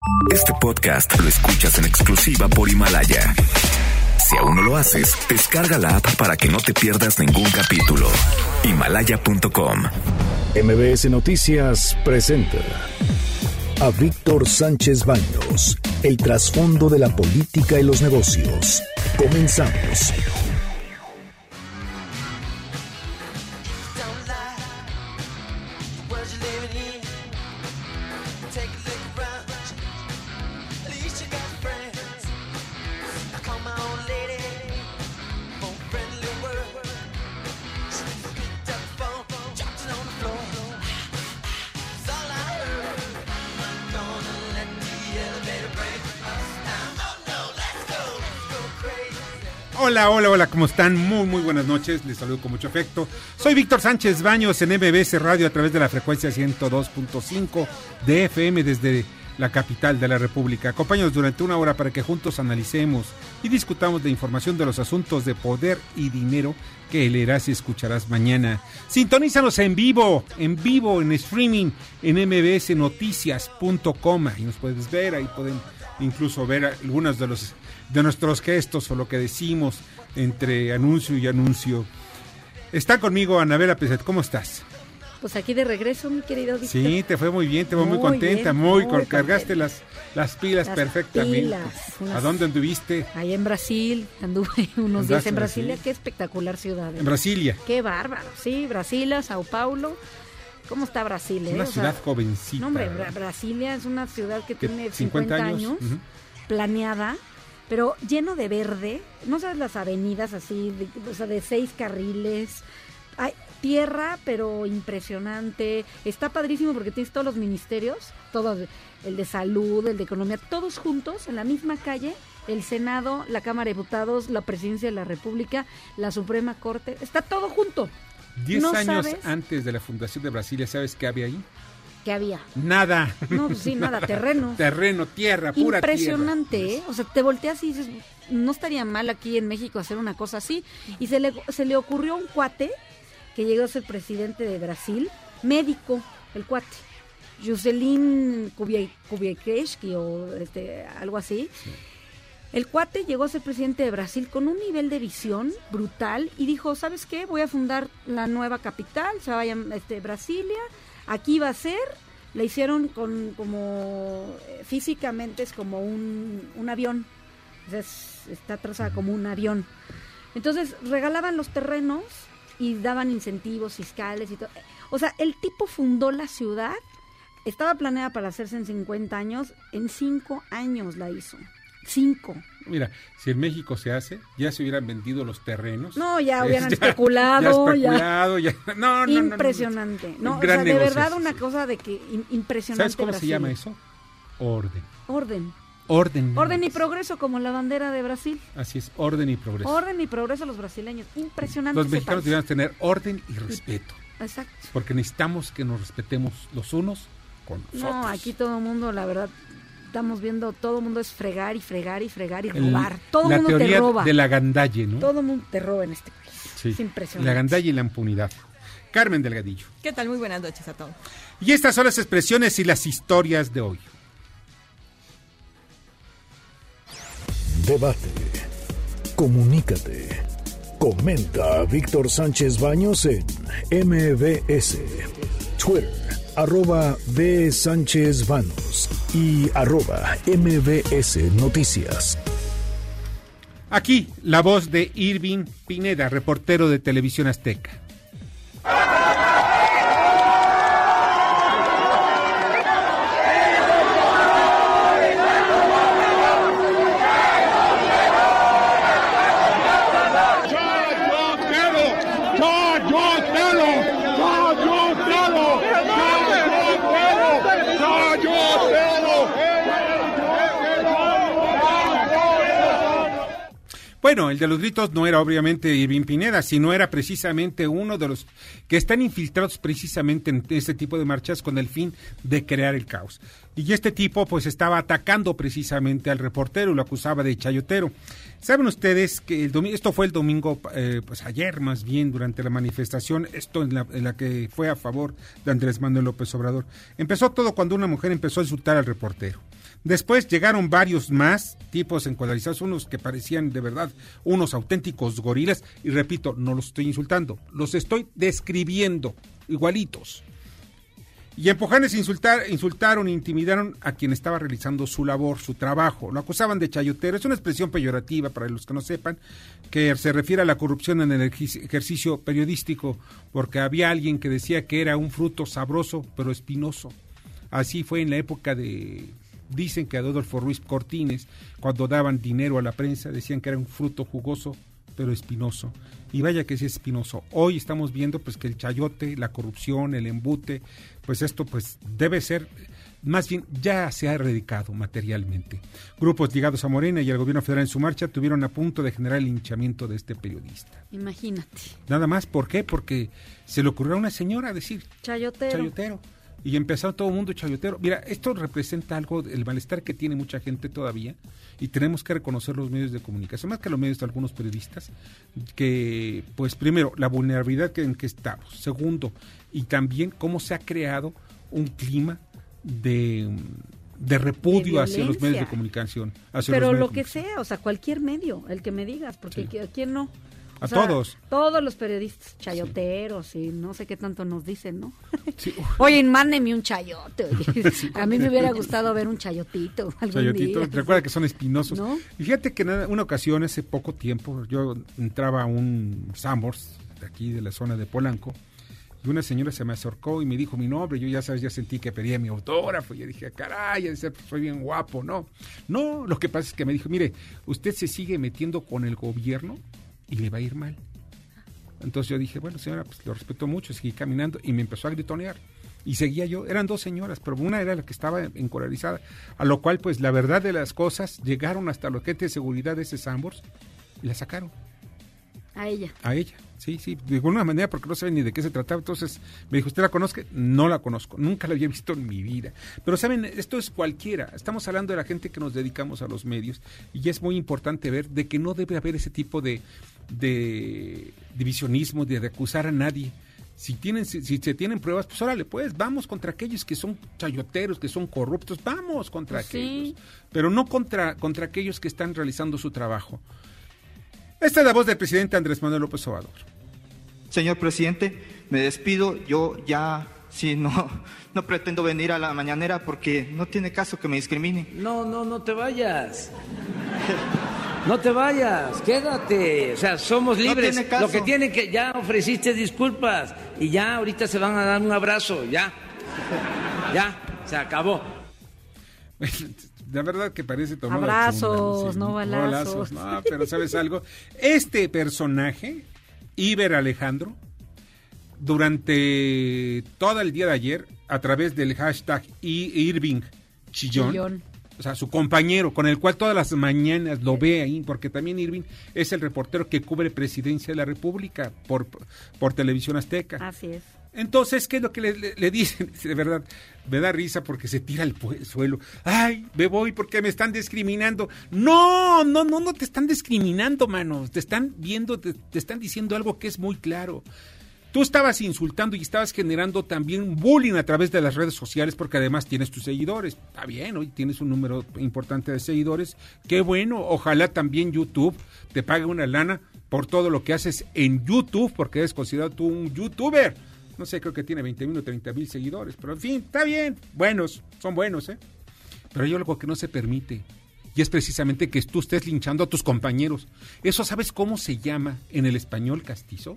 Este podcast lo escuchas en exclusiva por Himalaya. Si aún no lo haces, descarga la app para que no te pierdas ningún capítulo. Himalaya.com. MBS Noticias presenta a Víctor Sánchez Baños, el trasfondo de la política y los negocios. Comenzamos. Hola, ¿cómo están? Muy buenas noches, les saludo con mucho afecto. Soy Víctor Sánchez Baños en MBS Radio a través de la frecuencia 102.5 de FM desde la capital de la República. Acompáñanos durante una hora para que juntos analicemos y discutamos de información de los asuntos de poder y dinero que leerás y escucharás mañana. Sintonízanos en vivo, en streaming, en mbsnoticias.com. Ahí nos puedes ver, ahí pueden incluso ver algunos de nuestros gestos o lo que decimos entre anuncio y anuncio. Está conmigo Anabela Peset, ¿cómo estás? Pues aquí de regreso, mi querido Víctor. Sí, te fue muy bien, te fue muy contenta, cargaste las pilas perfectamente. ¿A dónde anduviste? Ahí en Brasil, anduve unos días en Brasilia, qué espectacular ciudad. En Brasilia. Qué bárbaro, sí, Brasilia, Sao Paulo. ¿Cómo está Brasil? Una ciudad jovencita. No, hombre, Brasilia es una ciudad que tiene 50 años, planeada, pero lleno de verde. No sabes las avenidas así, de 6 carriles. Hay tierra, pero impresionante. Está padrísimo porque tienes todos los ministerios, todos, el de salud, el de economía, todos juntos en la misma calle. El Senado, la Cámara de Diputados, la Presidencia de la República, la Suprema Corte, está todo junto. 10 años antes de la fundación de Brasilia, ¿sabes qué había ahí? ¿Qué había? Nada. No, pues sí, nada, terreno. Terreno, tierra, pura impresionante, tierra. ¿eh? O sea, te volteas y dices, no estaría mal aquí en México hacer una cosa así. Y se le ocurrió a un cuate que llegó a ser presidente de Brasil, médico, el cuate, Juscelin Kubitschek o algo así. Sí. El cuate llegó a ser presidente de Brasil con un nivel de visión brutal y dijo, ¿sabes qué? Voy a fundar la nueva capital, se va a llamar Brasilia, aquí va a ser, la hicieron físicamente es como un avión, está trazada como un avión. Entonces regalaban los terrenos y daban incentivos fiscales y todo. O sea, el tipo fundó la ciudad, estaba planeada para hacerse en 50 años, en 5 años la hizo. 5. Mira, si en México se hace, ya se hubieran vendido los terrenos. No, ya hubieran especulado. No. Impresionante. No, o sea, de verdad una cosa de que impresionante. ¿Sabes cómo Brasil se llama eso? Orden y progreso, como la bandera de Brasil. Así es, orden y progreso. Orden y progreso los brasileños. Impresionante. Los mexicanos deberían tener orden y respeto. Exacto. Porque necesitamos que nos respetemos los unos con los otros. No, aquí todo el mundo, la verdad, estamos viendo, todo el mundo es fregar y robar. Todo el mundo te roba. La teoría de la gandalle, ¿no? Todo el mundo te roba en este país. Sí, es impresionante. La gandalle y la impunidad. Carmen Delgadillo. ¿Qué tal? Muy buenas noches a todos. Y estas son las expresiones y las historias de hoy. Debate. Comunícate. Comenta a Víctor Sánchez Baños en MBS. Twitter, @B. Sánchez Baños y @MBS Noticias. Aquí, la voz de Irving Pineda, reportero de Televisión Azteca. Bueno, el de los gritos no era obviamente Irving Pineda, sino era precisamente uno de los que están infiltrados precisamente en este tipo de marchas con el fin de crear el caos. Y este tipo pues estaba atacando precisamente al reportero, lo acusaba de chayotero. ¿Saben ustedes que esto fue el domingo, pues ayer más bien, durante la manifestación, esto en la que fue a favor de Andrés Manuel López Obrador? Empezó todo cuando una mujer empezó a insultar al reportero. Después llegaron varios más tipos encuadrados, unos que parecían de verdad unos auténticos gorilas, y repito, no los estoy insultando, los estoy describiendo, igualitos. Y en Pujanes insultaron e intimidaron a quien estaba realizando su labor, su trabajo. Lo acusaban de chayotero. Es una expresión peyorativa, para los que no sepan, que se refiere a la corrupción en el ejercicio periodístico, porque había alguien que decía que era un fruto sabroso, pero espinoso. Así fue en la época dicen que a Adolfo Ruiz Cortines, cuando daban dinero a la prensa, decían que era un fruto jugoso, pero espinoso. Y vaya que sí es espinoso. Hoy estamos viendo pues que el chayote, la corrupción, el embute, pues esto pues debe ser, más bien ya se ha erradicado materialmente. Grupos ligados a Morena y al gobierno federal en su marcha tuvieron a punto de generar el linchamiento de este periodista. Imagínate. Nada más, ¿por qué? Porque se le ocurrió a una señora decir chayotero. Y empezó todo el mundo chayotero. Mira, esto representa algo, el malestar que tiene mucha gente todavía, y tenemos que reconocer los medios de comunicación, más que los medios de algunos periodistas, que, pues, primero, la vulnerabilidad en que estamos. Segundo, y también cómo se ha creado un clima de repudio hacia los medios de comunicación. Pero lo que sea, o sea, cualquier medio, el que me digas, porque ¿a quién no? O sea, todos. Todos los periodistas, chayoteros, sí. Y no sé qué tanto nos dicen, ¿no? Sí. Oye, mándeme un chayote. Oye. Sí. A mí me hubiera gustado ver un chayotito algún día. Recuerda que son espinosos. ¿No? Y fíjate que en una ocasión, hace poco tiempo, yo entraba a un Sanborns, de aquí de la zona de Polanco, y una señora se me acercó y me dijo mi nombre. Yo ya sentí que pedía mi autógrafo. Y yo dije, caray, soy bien guapo. No, lo que pasa es que me dijo, mire, usted se sigue metiendo con el gobierno y le va a ir mal. Entonces yo dije, bueno, señora, pues lo respeto mucho, seguí caminando, y me empezó a gritonear. Y seguía yo, eran dos señoras, pero una era la que estaba encoralizada, a lo cual, pues, la verdad de las cosas, llegaron hasta los agentes de seguridad de ese Sanborns y la sacaron. A ella, sí, de alguna manera, porque no saben ni de qué se trataba. Entonces me dijo, ¿usted la conoce? No la conozco, nunca la había visto en mi vida. Pero saben, esto es cualquiera, estamos hablando de la gente que nos dedicamos a los medios, y es muy importante ver de que no debe haber ese tipo de divisionismo, de acusar a nadie. Si se tienen pruebas, pues órale, pues, vamos contra aquellos que son chayoteros, que son corruptos, vamos contra aquellos. Pero no contra aquellos que están realizando su trabajo. Esta es la voz del presidente Andrés Manuel López Obrador. Señor presidente, me despido. Yo ya no pretendo venir a la mañanera porque no tiene caso que me discriminen. No te vayas. No te vayas, quédate. O sea, somos libres. No tiene caso. Lo que tiene que, ya ofreciste disculpas y ya ahorita se van a dar un abrazo, ya, se acabó. La verdad que parece tomar abrazos, no balazos. No, pero ¿sabes algo? Este personaje, Iber Alejandro, durante todo el día de ayer, a través del hashtag Irving Chillón, o sea, su compañero, con el cual todas las mañanas lo ve ahí, porque también Irving es el reportero que cubre Presidencia de la República por Televisión Azteca. Así es. Entonces, ¿qué es lo que le dicen? De verdad, me da risa porque se tira al suelo. Ay, me voy porque me están discriminando. No te están discriminando, mano. Te están viendo, te están diciendo algo que es muy claro. Tú estabas insultando y estabas generando también bullying a través de las redes sociales, porque además tienes tus seguidores. Está bien, hoy tienes un número importante de seguidores. Qué bueno, ojalá también YouTube te pague una lana por todo lo que haces en YouTube, porque eres considerado tú un youtuber. No sé, creo que tiene 20,000 o 30,000 seguidores, pero en fin, está bien, son buenos, ¿eh? Pero hay algo que no se permite, y es precisamente que tú estés linchando a tus compañeros. ¿Eso sabes cómo se llama en el español castizo?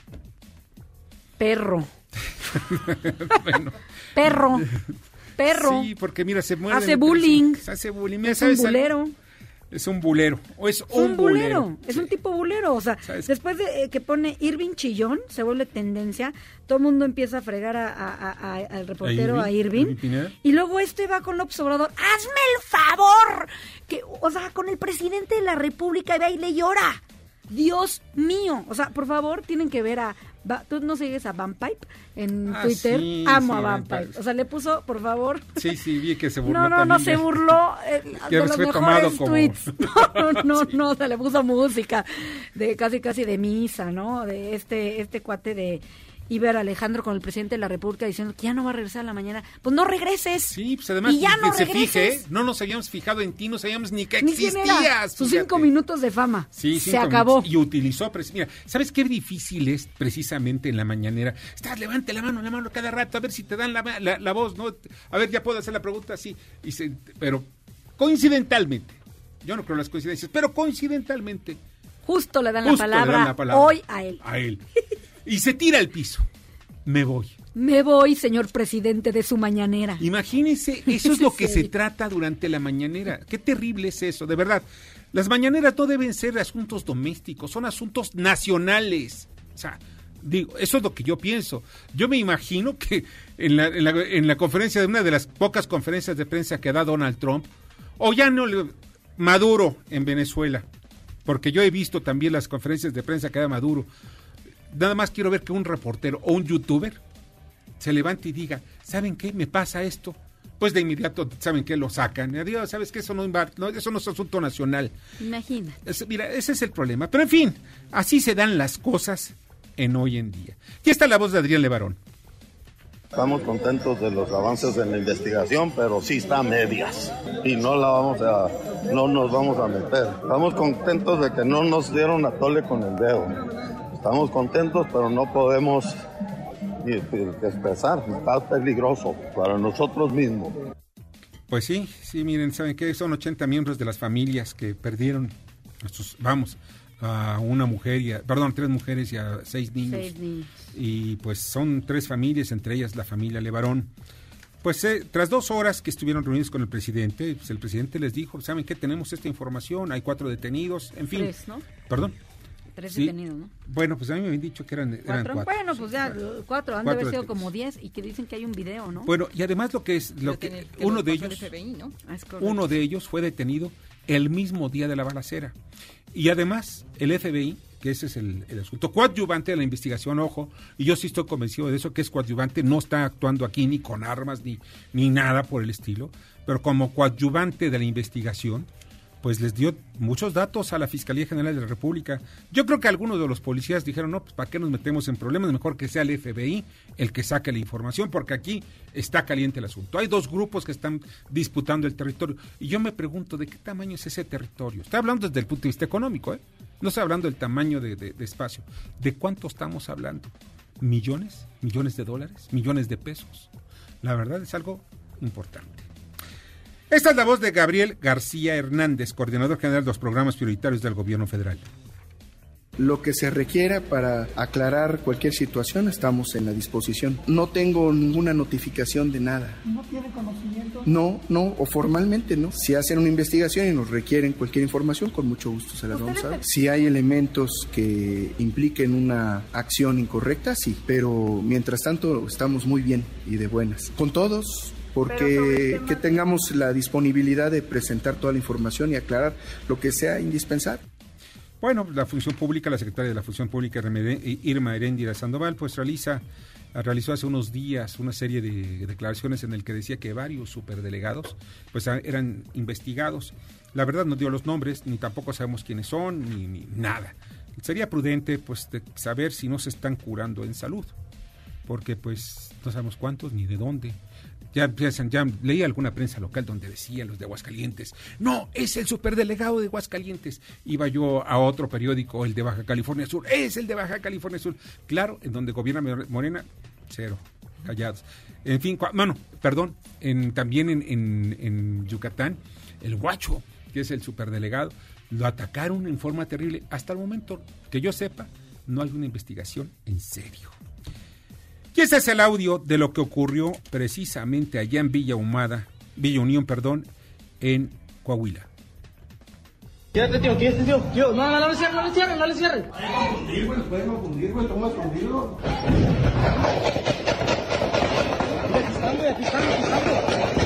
Perro. Bueno. Perro. Sí, porque mira, se mueve. Hace bullying. Hace bullying. Es un bulero. Es un bulero. O es un bulero. bulero. Es un tipo bulero. O sea, después de que pone Irving Chillón, se vuelve tendencia. Todo el mundo empieza a fregar al reportero, a Irving. Y luego va con López Obrador. ¡Hazme el favor! O sea, con el presidente de la República, y va y le llora. Dios mío. O sea, por favor, tienen que ver ¿tú no sigues a Vampire en Twitter? Sí, amo a Vampire. O sea, le puso, por favor. Sí, vi que se burló. No, se burló de los mejores tweets. No, o sea, le puso música de casi de misa, ¿no? De este cuate de y ver a Alejandro con el presidente de la República diciendo que ya no va a regresar a la mañana. Pues no regreses. Sí, pues además, y ya no se regreses. Fije, no nos habíamos fijado en ti, no sabíamos ni que Ni quién existías. era. Sus Fíjate. 5 minutos de fama. Sí, se acabó. Y utilizó, mira, ¿sabes qué difícil es precisamente en la mañanera? Levante la mano cada rato, a ver si te dan la voz, ¿no? A ver, ya puedo hacer la pregunta, sí. Pero coincidentalmente, yo no creo en las coincidencias, pero coincidentalmente. Justo le dan la palabra hoy a él. A él. Y se tira al piso. Me voy, señor presidente, de su mañanera. Imagínense, eso es lo que se trata durante la mañanera. Qué terrible es eso, de verdad. Las mañaneras no deben ser asuntos domésticos, son asuntos nacionales. O sea, digo, eso es lo que yo pienso. Yo me imagino que en la conferencia, de una de las pocas conferencias de prensa que da Donald Trump, o ya no, Maduro en Venezuela, porque yo he visto también las conferencias de prensa que da Maduro. Nada más quiero ver que un reportero o un youtuber se levante y diga, ¿saben qué? Me pasa esto. Pues de inmediato, ¿saben qué? Lo sacan. Adiós, ¿sabes qué? Eso no es asunto nacional. Imagina. Mira, ese es el problema. Pero en fin, así se dan las cosas en hoy en día. Aquí está la voz de Adrián Levarón. Estamos contentos de los avances en la investigación, pero sí está a medias y no nos vamos a meter. Estamos contentos de que no nos dieron a tole con el dedo. Estamos contentos, pero no podemos expresar. Está peligroso para nosotros mismos. Pues sí, miren, ¿saben qué? Son 80 miembros de las familias que perdieron a una mujer, 3 mujeres y a 6 niños. 6 niños. Y pues son 3 familias, entre ellas la familia Levarón. Pues tras 2 horas que estuvieron reunidos con el presidente, pues el presidente les dijo, ¿saben qué? Tenemos esta información, hay 4 detenidos, en fin. 3, ¿no? ¿Perdón? 3 sí. Detenidos, ¿no? Bueno, pues a mí me habían dicho que eran 4. Bueno, pues ya 4, han de haber sido como 10 y que dicen que hay un video, ¿no? Bueno, y además uno de ellos, FBI, ¿no? uno de ellos fue detenido el mismo día de la balacera. Y además, el FBI, que ese es el asunto, coadyuvante de la investigación, ojo, y yo sí estoy convencido de eso, que es coadyuvante, no está actuando aquí ni con armas ni nada por el estilo, pero como coadyuvante de la investigación, pues les dio muchos datos a la Fiscalía General de la República. Yo creo que algunos de los policías dijeron, no, pues ¿para qué nos metemos en problemas? Mejor que sea el FBI el que saque la información, porque aquí está caliente el asunto. Hay 2 grupos que están disputando el territorio, y yo me pregunto, ¿de qué tamaño es ese territorio? Estoy hablando desde el punto de vista económico, no estoy hablando del tamaño de espacio. ¿De cuánto estamos hablando? ¿Millones? ¿Millones de dólares? ¿Millones de pesos? La verdad es algo importante. Esta es la voz de Gabriel García Hernández, coordinador general de los programas prioritarios del gobierno federal. Lo que se requiera para aclarar cualquier situación, estamos en la disposición. No tengo ninguna notificación de nada. ¿No tiene conocimiento? No, o formalmente no. Si hacen una investigación y nos requieren cualquier información, con mucho gusto se las vamos a dar. Si hay elementos que impliquen una acción incorrecta, sí. Pero mientras tanto, estamos muy bien y de buenas. Con todos, porque que tengamos la disponibilidad de presentar toda la información y aclarar lo que sea indispensable. Bueno, la Función Pública, la secretaria de la Función Pública, Irma Heréndira Sandoval, pues realizó hace unos días una serie de declaraciones en el que decía que varios superdelegados pues eran investigados. La verdad no dio los nombres, ni tampoco sabemos quiénes son, ni nada. Sería prudente pues de saber si no se están curando en salud, porque pues no sabemos cuántos ni de dónde. Ya leí alguna prensa local donde decían los de Aguascalientes, no, es el superdelegado de Aguascalientes. Iba yo a otro periódico, el de Baja California Sur, es el de Baja California Sur. Claro, en donde gobierna Morena, 0, callados. En fin, también en Yucatán, el Guacho, que es el superdelegado, lo atacaron en forma terrible. Hasta el momento, que yo sepa, no hay una investigación en serio. Y ese es el audio de lo que ocurrió precisamente allá en Villa Unión, en Coahuila. Quédate, tío. No le cierren. No les pueden confundir, güey, estamos escondidos. Aquí están.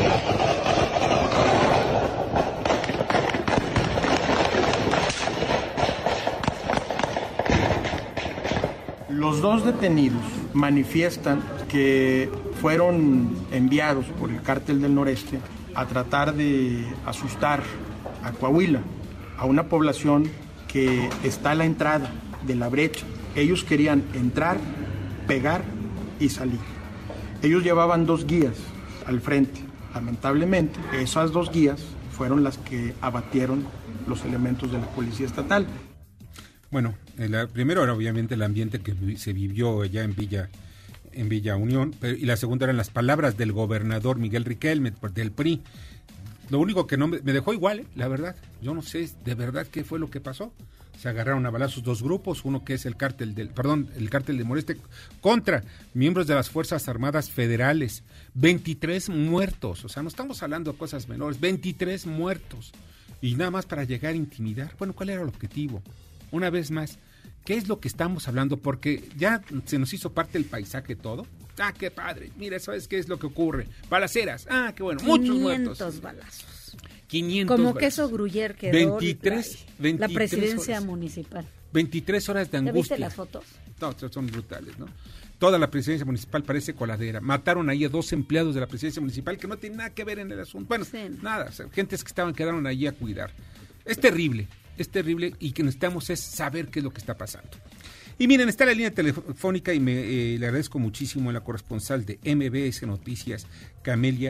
Los 2 detenidos manifiestan que fueron enviados por el Cártel del Noreste a tratar de asustar a Coahuila, a una población que está a la entrada de la brecha. Ellos querían entrar pegar y salir. Ellos llevaban 2 guías al frente. Lamentablemente, esas 2 guías fueron las que abatieron los elementos de la Policía Estatal. Bueno, primero era obviamente el ambiente que se vivió allá en Villa Unión, y la segunda eran las palabras del gobernador Miguel Riquelme, del PRI. Lo único que no me dejó igual, la verdad. Yo no sé de verdad qué fue lo que pasó. Se agarraron a balazos 2 grupos, uno que es el cártel de Noreste contra miembros de las Fuerzas Armadas Federales. 23 muertos, o sea, no estamos hablando de cosas menores, 23 muertos. Y nada más para llegar a intimidar. Bueno, ¿cuál era el objetivo? Una vez más, ¿qué es lo que estamos hablando? Porque ya se nos hizo parte del paisaje todo. ¡Ah, qué padre! Mira, ¿sabes qué es lo que ocurre? Balaceras. ¡Ah, qué bueno! Muchos muertos. 500 balazos. 500 Como balazos. queso Gruyère quedó 23 la presidencia horas. municipal. 23 horas de angustia. ¿Ya viste las fotos? No, son brutales, ¿no? Toda la presidencia municipal parece coladera. Mataron ahí a 2 empleados de la presidencia municipal que no tienen nada que ver en el asunto. Bueno, sí. Nada, o sea, gentes que quedaron allí a cuidar. Es terrible y que necesitamos es saber qué es lo que está pasando. Y miren, está la línea telefónica y le agradezco muchísimo a la corresponsal de MBS Noticias, Camelia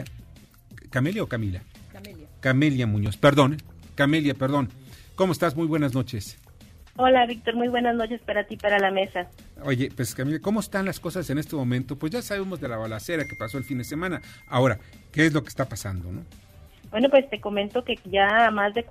Muñoz. Camelia. ¿Cómo estás? Muy buenas noches. Hola, Víctor, muy buenas noches para ti, para la mesa. Oye, pues Camelia, ¿cómo están las cosas en este momento? Pues ya sabemos de la balacera que pasó el fin de semana. Ahora, ¿qué es lo que está pasando, no? Bueno, pues te comento que ya a más de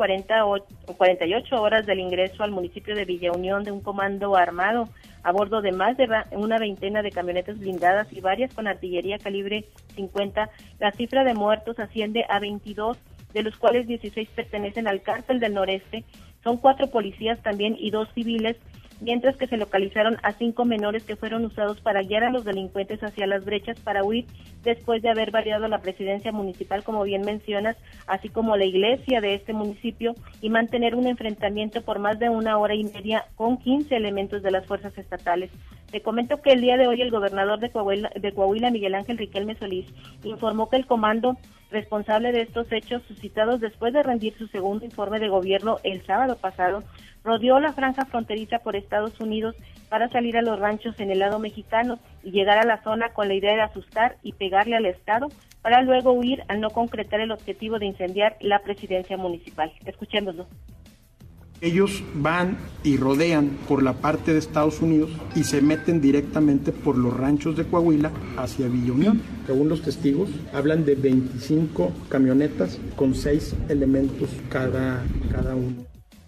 48 horas del ingreso al municipio de Villa Unión de un comando armado a bordo de más de una veintena de camionetas blindadas y varias con artillería calibre 50, la cifra de muertos asciende a 22, de los cuales 16 pertenecen al cártel del Noreste. Son 4 policías también y 2 civiles, mientras que se localizaron a 5 menores que fueron usados para guiar a los delincuentes hacia las brechas para huir después de haber variado la presidencia municipal, como bien mencionas, así como la iglesia de este municipio, y mantener un enfrentamiento por más de 1 hora y media con 15 elementos de las fuerzas estatales. Te comento que el día de hoy el gobernador de Coahuila, Miguel Ángel Riquelme Solís, informó que el comando responsable de estos hechos suscitados después de rendir su segundo informe de gobierno el sábado pasado, rodeó la franja fronteriza por Estados Unidos para salir a los ranchos en el lado mexicano y llegar a la zona con la idea de asustar y pegarle al Estado para luego huir al no concretar el objetivo de incendiar la presidencia municipal. Escuchémoslo. Ellos van y rodean por la parte de Estados Unidos y se meten directamente por los ranchos de Coahuila hacia Villa Unión. Según los testigos, hablan de 25 camionetas con 6 elementos cada uno.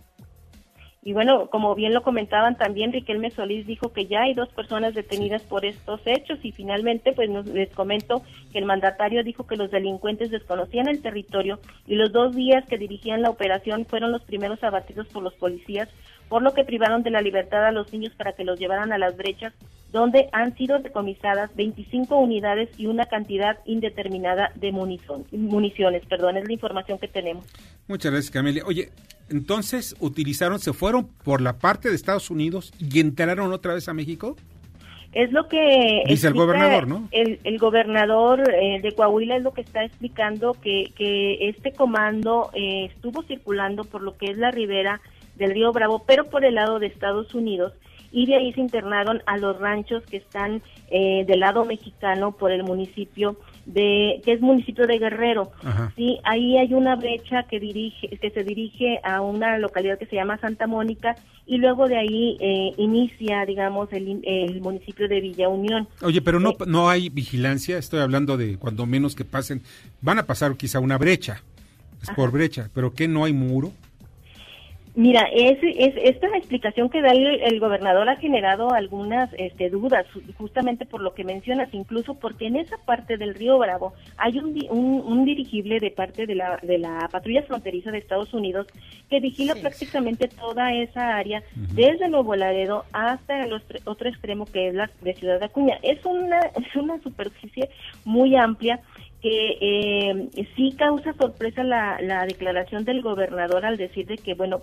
Y bueno, como bien lo comentaban también, Riquelme Solís dijo que ya hay 2 personas detenidas por estos hechos y finalmente pues les comento que el mandatario dijo que los delincuentes desconocían el territorio y los 2 días que dirigían la operación fueron los primeros abatidos por los policías, por lo que privaron de la libertad a los niños para que los llevaran a las brechas, donde han sido decomisadas 25 unidades y una cantidad indeterminada de municiones. Es la información que tenemos. Muchas gracias, Camelia. Oye, entonces se fueron por la parte de Estados Unidos y entraron otra vez a México. Es lo que dice el gobernador, ¿no? El gobernador de Coahuila es lo que está explicando, que este comando estuvo circulando por lo que es la ribera del río Bravo, pero por el lado de Estados Unidos, y de ahí se internaron a los ranchos que están del lado mexicano por el municipio que es municipio de Guerrero. Ajá. Sí, ahí hay una brecha que se dirige a una localidad que se llama Santa Mónica y luego de ahí inicia, digamos, el municipio de Villa Unión. Oye, pero no hay vigilancia, estoy hablando de cuando menos que pasen, van a pasar quizá una brecha, por brecha, pero ¿qué no hay muro? Mira, esta explicación que da el gobernador ha generado algunas dudas, justamente por lo que mencionas, incluso porque en esa parte del río Bravo hay un dirigible de parte de la patrulla fronteriza de Estados Unidos que vigila prácticamente toda esa área, desde Nuevo Laredo hasta el otro extremo que es la de Ciudad Acuña. Es una superficie muy amplia que sí causa sorpresa la declaración del gobernador al decir de que, bueno,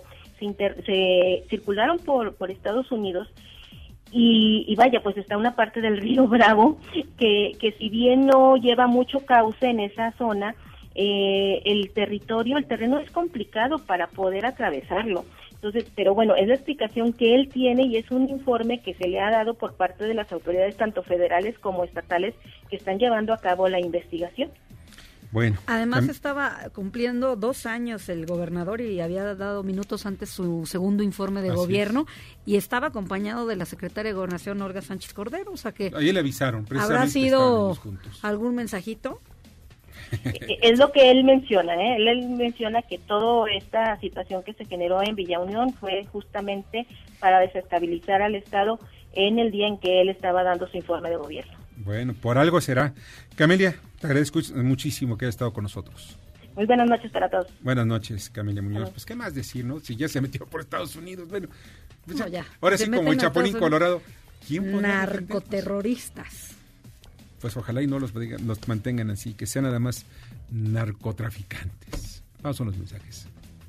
se circularon por Estados Unidos y vaya, pues está una parte del río Bravo que si bien no lleva mucho cauce en esa zona, el terreno es complicado para poder atravesarlo. Entonces, pero bueno, es la explicación que él tiene y es un informe que se le ha dado por parte de las autoridades tanto federales como estatales que están llevando a cabo la investigación. Bueno. Además estaba cumpliendo 2 años el gobernador y había dado minutos antes su segundo informe de gobierno y estaba acompañado de la secretaria de Gobernación, Olga Sánchez Cordero, o sea que... Ahí le avisaron, precisamente. ¿Habrá sido algún mensajito? Es lo que él menciona, ¿eh? Él menciona que toda esta situación que se generó en Villa Unión fue justamente para desestabilizar al Estado en el día en que él estaba dando su informe de gobierno. Bueno, por algo será. Camelia, te agradezco muchísimo que hayas estado con nosotros. Muy buenas noches para todos. Buenas noches, Camelia Muñoz. Pues, ¿qué más decir, no? Si ya se metió por Estados Unidos, bueno. Pues no, ya. Ahora sí, como el Chapulín Colorado. ¿Quién podría narcoterroristas? Pues ojalá y no los mantengan así, que sean nada más narcotraficantes. Vamos a los mensajes.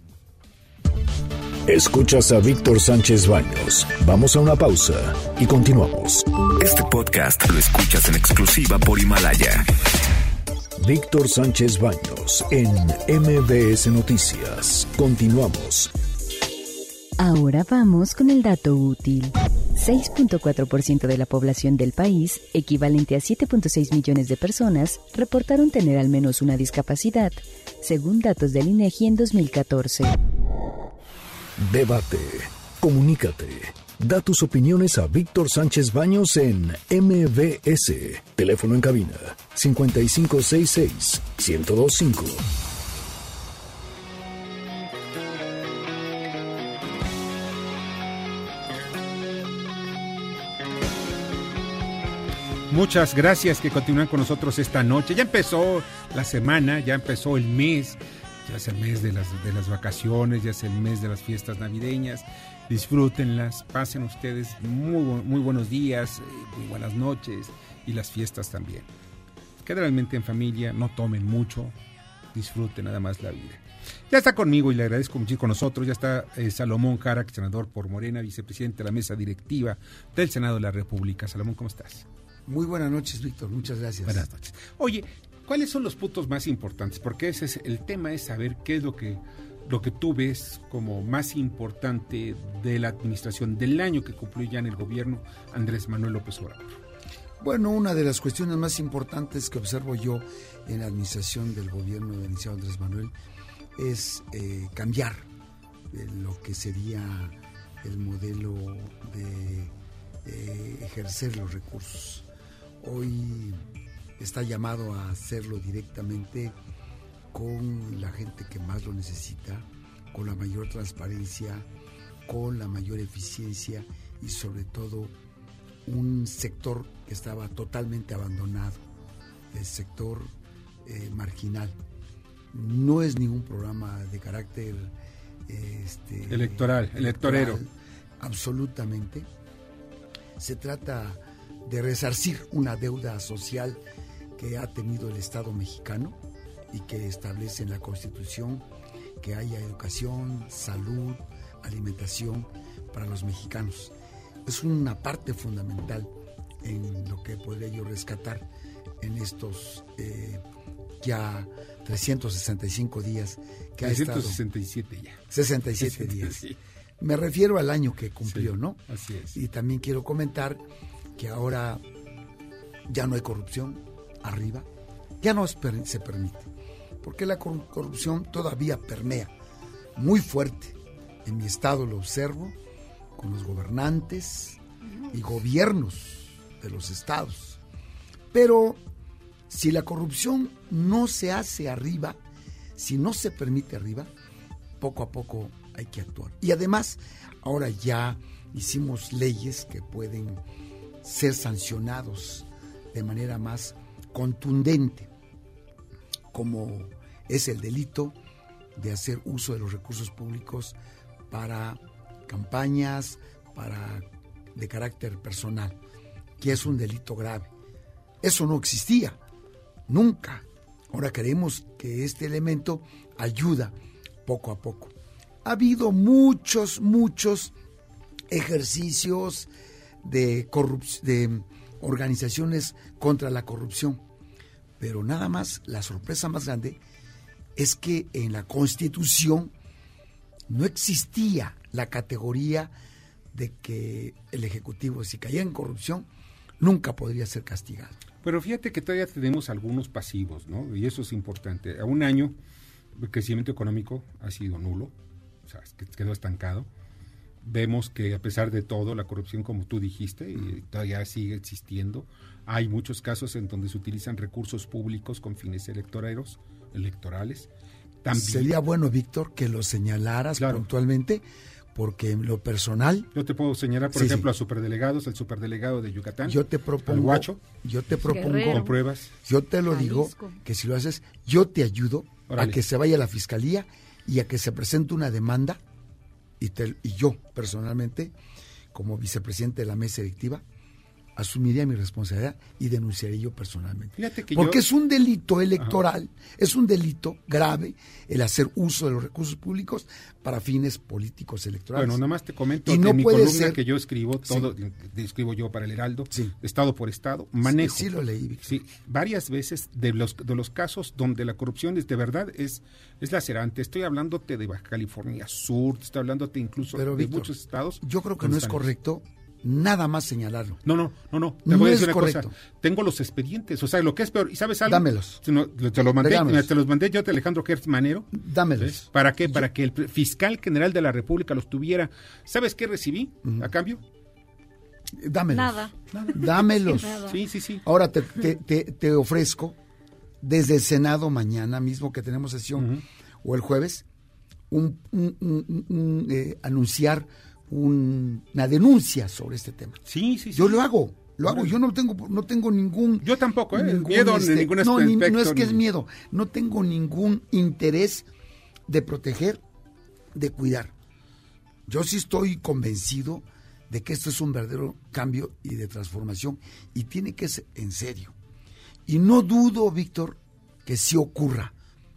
Escuchas a Víctor Sánchez Baños. Vamos a una pausa y continuamos. Este podcast lo escuchas en exclusiva por Himalaya. Víctor Sánchez Baños en MBS Noticias. Continuamos. Ahora vamos con el dato útil. 6.4% de la población del país, equivalente a 7.6 millones de personas, reportaron tener al menos una discapacidad, según datos del INEGI en 2014. Debate, comunícate, da tus opiniones a Víctor Sánchez Baños en MBS. Teléfono en cabina, 5566-1025. Muchas gracias que continúan con nosotros esta noche. Ya empezó la semana, ya empezó el mes, ya es el mes de las vacaciones, ya es el mes de las fiestas navideñas. Disfrútenlas, pasen ustedes muy buenos días, muy buenas noches y las fiestas también. Generalmente en familia, no tomen mucho, disfruten nada más la vida. Ya está conmigo y le agradezco muchísimo con nosotros, ya está Salomón Jara, senador por Morena, vicepresidente de la mesa directiva del Senado de la República. Salomón, ¿cómo estás? Muy buenas noches, Víctor, muchas gracias. Buenas noches. Oye, ¿cuáles son los puntos más importantes? Porque el tema es saber qué es lo que tú ves como más importante de la administración del año que cumplió ya en el gobierno Andrés Manuel López Obrador. Bueno, una de las cuestiones más importantes que observo yo en la administración del gobierno del licenciado Andrés Manuel es cambiar lo que sería el modelo de ejercer los recursos. Hoy está llamado a hacerlo directamente con la gente que más lo necesita, con la mayor transparencia, con la mayor eficiencia y sobre todo un sector que estaba totalmente abandonado, el sector marginal. No es ningún programa de carácter electorero. Absolutamente. Se trata de resarcir una deuda social que ha tenido el Estado mexicano y que establece en la Constitución que haya educación, salud, alimentación para los mexicanos. Es una parte fundamental en lo que podría yo rescatar en estos ya 365 días que 367 ya. 67 días. Sí. Me refiero al año que cumplió, sí, ¿no? Así es. Y también quiero comentar que ahora ya no hay corrupción arriba, ya no se permite, porque la corrupción todavía permea muy fuerte. En mi estado lo observo con los gobernantes y gobiernos de los estados. Pero si la corrupción no se hace arriba, si no se permite arriba, poco a poco hay que actuar. Y además, ahora ya hicimos leyes que pueden ser sancionados de manera más contundente, como es el delito de hacer uso de los recursos públicos para campañas, de carácter personal, que es un delito grave. Eso no existía, nunca. Ahora creemos que este elemento ayuda poco a poco. Ha habido muchos ejercicios de organizaciones contra la corrupción, pero nada más, la sorpresa más grande es que en la Constitución no existía la categoría de que el Ejecutivo, si caía en corrupción, nunca podría ser castigado. Pero fíjate que todavía tenemos algunos pasivos, ¿no? Y eso es importante. A un año, el crecimiento económico ha sido nulo, o sea, quedó estancado. Vemos que a pesar de todo, la corrupción, como tú dijiste, todavía sigue existiendo. Hay muchos casos en donde se utilizan recursos públicos con fines electorales. También, sería bueno, Víctor, que lo señalaras puntualmente, porque en lo personal... Yo te puedo señalar, por ejemplo, a superdelegados, el superdelegado de Yucatán, yo te propongo, al Huacho, con pruebas. Yo te lo digo, que si lo haces, yo te ayudo a que se vaya a la fiscalía y a que se presente una demanda, y yo personalmente, como vicepresidente de la mesa directiva, asumiría mi responsabilidad y denunciaría yo personalmente. Porque es un delito electoral, es un delito grave el hacer uso de los recursos públicos para fines políticos electorales. Bueno, nada más te comento que en mi columna que yo escribo, escribo yo para el Heraldo, estado por estado, manejo. Sí, lo leí, Víctor. Sí, varias veces de los casos donde la corrupción de verdad es lacerante. Estoy hablándote de Baja California Sur, estoy hablándote incluso de Víctor, muchos estados. Yo creo que no es correcto nada más señalarlo. No. Te voy a decir una cosa. Tengo los expedientes, o sea, lo que es peor. ¿Y sabes algo? Dámelos. Te los mandé yo de Alejandro Gertz Manero. Dámelos. ¿Ves? ¿Para qué? Para que el fiscal general de la República los tuviera. ¿Sabes qué recibí a cambio? Dámelos. Nada. Dámelos. Sí. Ahora te ofrezco, desde el Senado mañana mismo que tenemos sesión, o el jueves, anunciar una denuncia sobre este tema. Sí. Yo lo hago. Yo no tengo ningún... Yo tampoco, miedo en ningún aspecto. No es que es miedo. No tengo ningún interés de proteger, de cuidar. Yo sí estoy convencido de que esto es un verdadero cambio y de transformación, y tiene que ser en serio. Y no dudo, Víctor, que sí ocurra.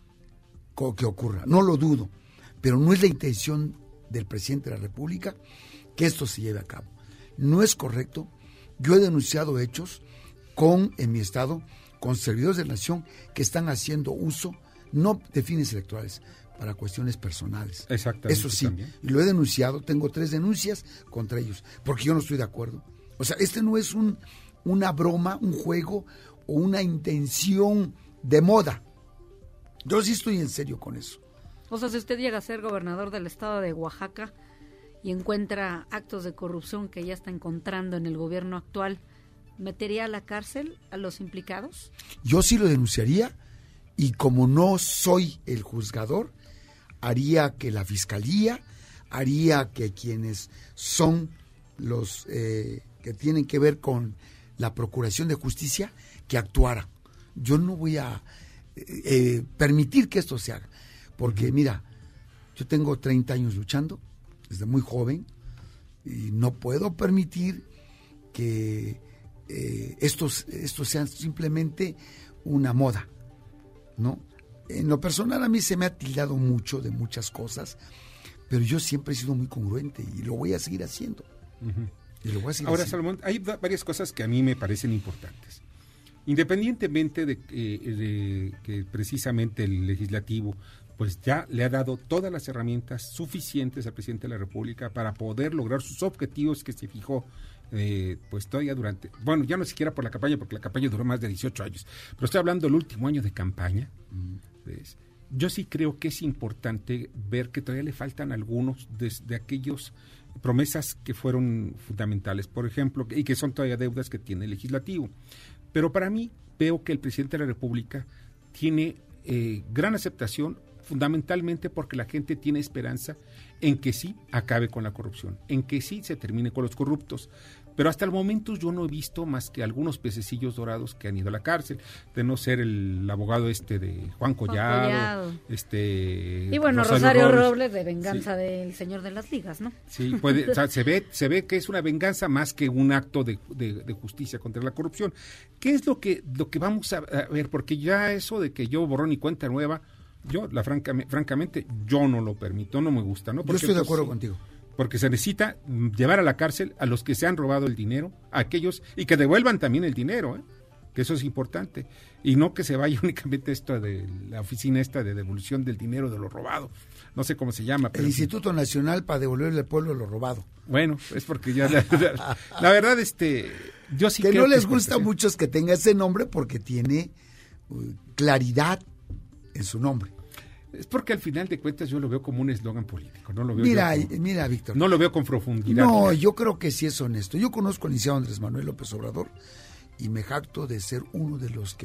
No lo dudo. Pero no es la intención del presidente de la República que esto se lleve a cabo. No es correcto. Yo he denunciado hechos en mi estado, con servidores de la nación que están haciendo uso, no de fines electorales, para cuestiones personales. Exactamente. Eso sí, y lo he denunciado, tengo 3 denuncias contra ellos, porque yo no estoy de acuerdo. O sea, este no es una broma, un juego o una intención de moda. Yo sí estoy en serio con eso. O sea, si usted llega a ser gobernador del estado de Oaxaca y encuentra actos de corrupción que ya está encontrando en el gobierno actual, ¿metería a la cárcel a los implicados? Yo sí lo denunciaría, y como no soy el juzgador, haría que la fiscalía, haría que quienes son los que tienen que ver con la procuración de justicia, que actuara. Yo no voy a permitir que esto se haga. Porque mira, yo tengo 30 años luchando, desde muy joven, y no puedo permitir que esto sea simplemente una moda, ¿no? En lo personal a mí se me ha tildado mucho de muchas cosas, pero yo siempre he sido muy congruente y lo voy a seguir haciendo. Ahora, Salomón, hay varias cosas que a mí me parecen importantes. Independientemente de que precisamente el legislativo pues ya le ha dado todas las herramientas suficientes al presidente de la República para poder lograr sus objetivos que se fijó pues todavía ya no siquiera por la campaña, porque la campaña duró más de 18 años, pero estoy hablando del último año de campaña. Yo sí creo que es importante ver que todavía le faltan algunos de aquellos promesas que fueron fundamentales, por ejemplo, y que son todavía deudas que tiene el legislativo. Pero para mí veo que el presidente de la República tiene gran aceptación, fundamentalmente porque la gente tiene esperanza en que sí acabe con la corrupción, en que sí se termine con los corruptos. Pero hasta el momento yo no he visto más que algunos pececillos dorados que han ido a la cárcel, de no ser el abogado de Juan Collado. Y bueno, Rosario Robles de venganza del señor de las ligas, ¿no? Sí, o sea, se ve que es una venganza más que un acto de justicia contra la corrupción. ¿Qué es lo que vamos a ver? Porque ya eso de que yo borrón y cuenta nueva, francamente, yo no lo permito, no me gusta, ¿no? Porque, yo estoy de acuerdo contigo. Porque se necesita llevar a la cárcel a los que se han robado el dinero, a aquellos, y que devuelvan también el dinero, que eso es importante, y no que se vaya únicamente esto de la oficina esta de devolución del dinero de lo robado, no sé cómo se llama. Pero el Instituto Nacional para devolverle al pueblo lo robado. Bueno, es porque ya la verdad, yo sí que creo no les gusta a muchos que tenga ese nombre porque tiene claridad en su nombre. Es porque al final de cuentas yo lo veo como un eslogan político, no lo veo mira, Víctor. No lo veo con profundidad. No, yo creo que sí es honesto. Yo conozco al licenciado Andrés Manuel López Obrador y me jacto de ser uno de los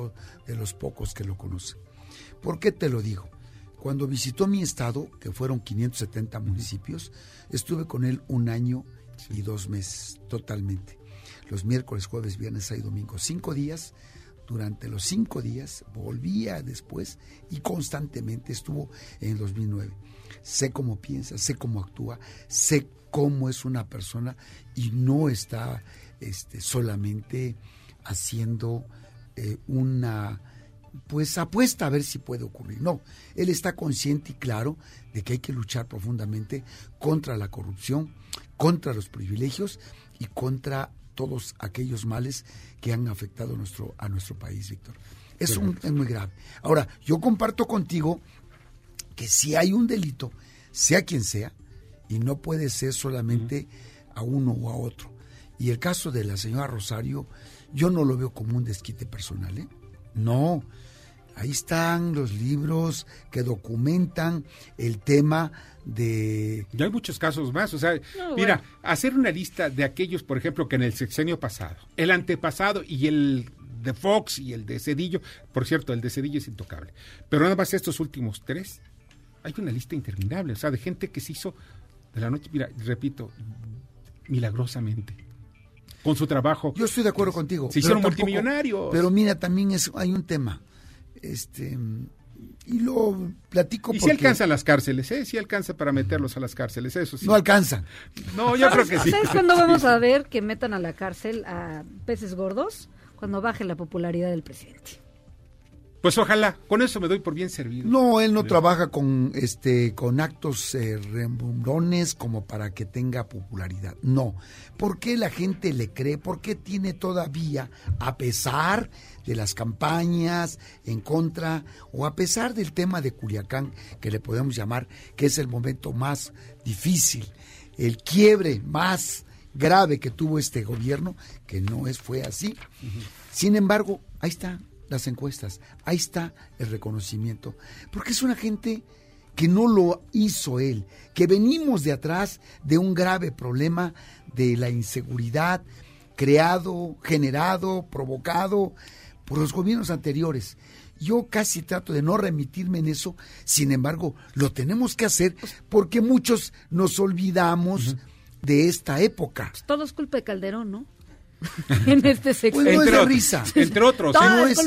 pocos que lo conocen. ¿Por qué te lo digo? Cuando visitó mi estado, que fueron 570 municipios, estuve con él 1 año y 2 meses, totalmente. Los miércoles, jueves, viernes, sábado y domingo, 5 días. Durante los 5 días volvía después y constantemente estuvo en el 2009. Sé cómo piensa, sé cómo actúa, sé cómo es una persona y no está solamente haciendo una apuesta a ver si puede ocurrir. No, él está consciente y claro de que hay que luchar profundamente contra la corrupción, contra los privilegios y contra todos aquellos males que han afectado a nuestro país, Víctor. Es muy grave. Ahora, yo comparto contigo que si hay un delito, sea quien sea, y no puede ser solamente a uno o a otro. Y el caso de la señora Rosario, yo no lo veo como un desquite personal, ¿eh? No. Ahí están los libros que documentan el tema de... Ya hay muchos casos más, o sea, mira, hacer una lista de aquellos, por ejemplo, que en el sexenio pasado, el antepasado y el de Fox y el de Zedillo, por cierto, el de Zedillo es intocable, pero nada más estos últimos 3, hay una lista interminable, o sea, de gente que se hizo de la noche, mira, repito, milagrosamente, con su trabajo. Yo estoy de acuerdo contigo. Se hicieron multimillonarios. Pero mira, también hay un tema. Y lo platico porque... Y si alcanzan las cárceles, si alcanza para meterlos a las cárceles, eso sí. No alcanzan. No, yo creo que sí. ¿Sabes cuándo vamos a ver que metan a la cárcel a peces gordos? Cuando baje la popularidad del presidente. Pues ojalá, con eso me doy por bien servido. No, él no trabaja con actos rembombones como para que tenga popularidad. No. ¿Por qué la gente le cree? ¿Por qué tiene todavía, a pesar de las campañas en contra o a pesar del tema de Culiacán, que le podemos llamar que es el momento más difícil, el quiebre más grave que tuvo este gobierno, que no fue así? Sin embargo, ahí está las encuestas, ahí está el reconocimiento, porque es una gente que no lo hizo él, que venimos de atrás de un grave problema de la inseguridad creado, generado, provocado por los gobiernos anteriores. Yo casi trato de no remitirme en eso, sin embargo, lo tenemos que hacer porque muchos nos olvidamos de esta época. Pues todo es culpa de Calderón, ¿no? En este sexo. Pues no es de risa. Entre otros. No es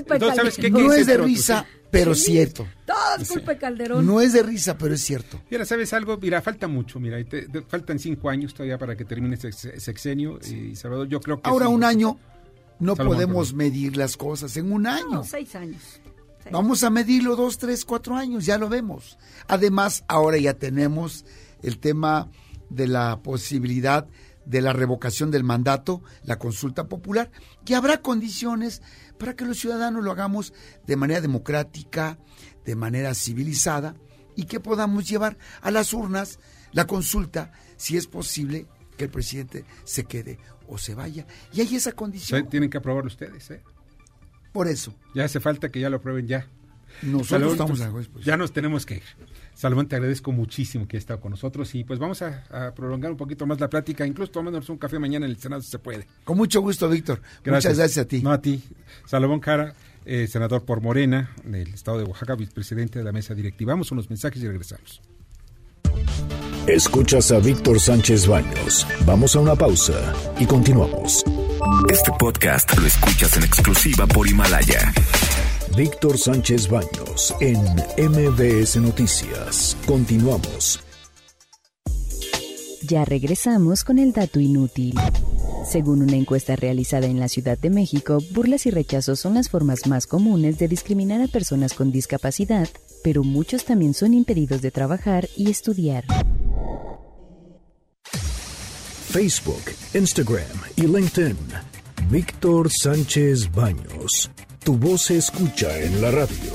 de risa, pero cierto. Todo es culpa de Calderón. No es de risa, pero es cierto. Mira, ¿sabes algo? Mira, falta mucho. Mira, faltan 5 años todavía para que termine este sexenio. Y Salvador, yo creo que... Ahora, un año, no podemos medir las cosas en un año. No, 6 años. Vamos a medirlo 2, 3, 4 años, ya lo vemos. Además, ahora ya tenemos el tema de la posibilidad de la revocación del mandato, la consulta popular, que habrá condiciones para que los ciudadanos lo hagamos de manera democrática, de manera civilizada, y que podamos llevar a las urnas la consulta, si es posible que el presidente se quede o se vaya. Y hay esa condición. Tienen que aprobarlo ustedes, Por eso. Ya hace falta que ya lo aprueben ya. Nosotros estamos a juez, pues. Ya nos tenemos que ir. Salomón, te agradezco muchísimo que hayas estado con nosotros y pues vamos a prolongar un poquito más la plática, incluso tomándonos un café mañana en el Senado si se puede. Con mucho gusto, Víctor. Muchas gracias a ti. No, a ti. Salomón Jara, senador por Morena del estado de Oaxaca, vicepresidente de la mesa directiva. Vamos a unos mensajes y regresamos. Escuchas a Víctor Sánchez Baños. Vamos a una pausa y continuamos. Este podcast lo escuchas en exclusiva por Himalaya. Víctor Sánchez Baños en MBS Noticias. Continuamos. Ya regresamos con el dato inútil. Según una encuesta realizada en la Ciudad de México, burlas y rechazos son las formas más comunes de discriminar a personas con discapacidad, pero muchos también son impedidos de trabajar y estudiar. Facebook, Instagram y LinkedIn. Víctor Sánchez Baños. Tu voz se escucha en la radio.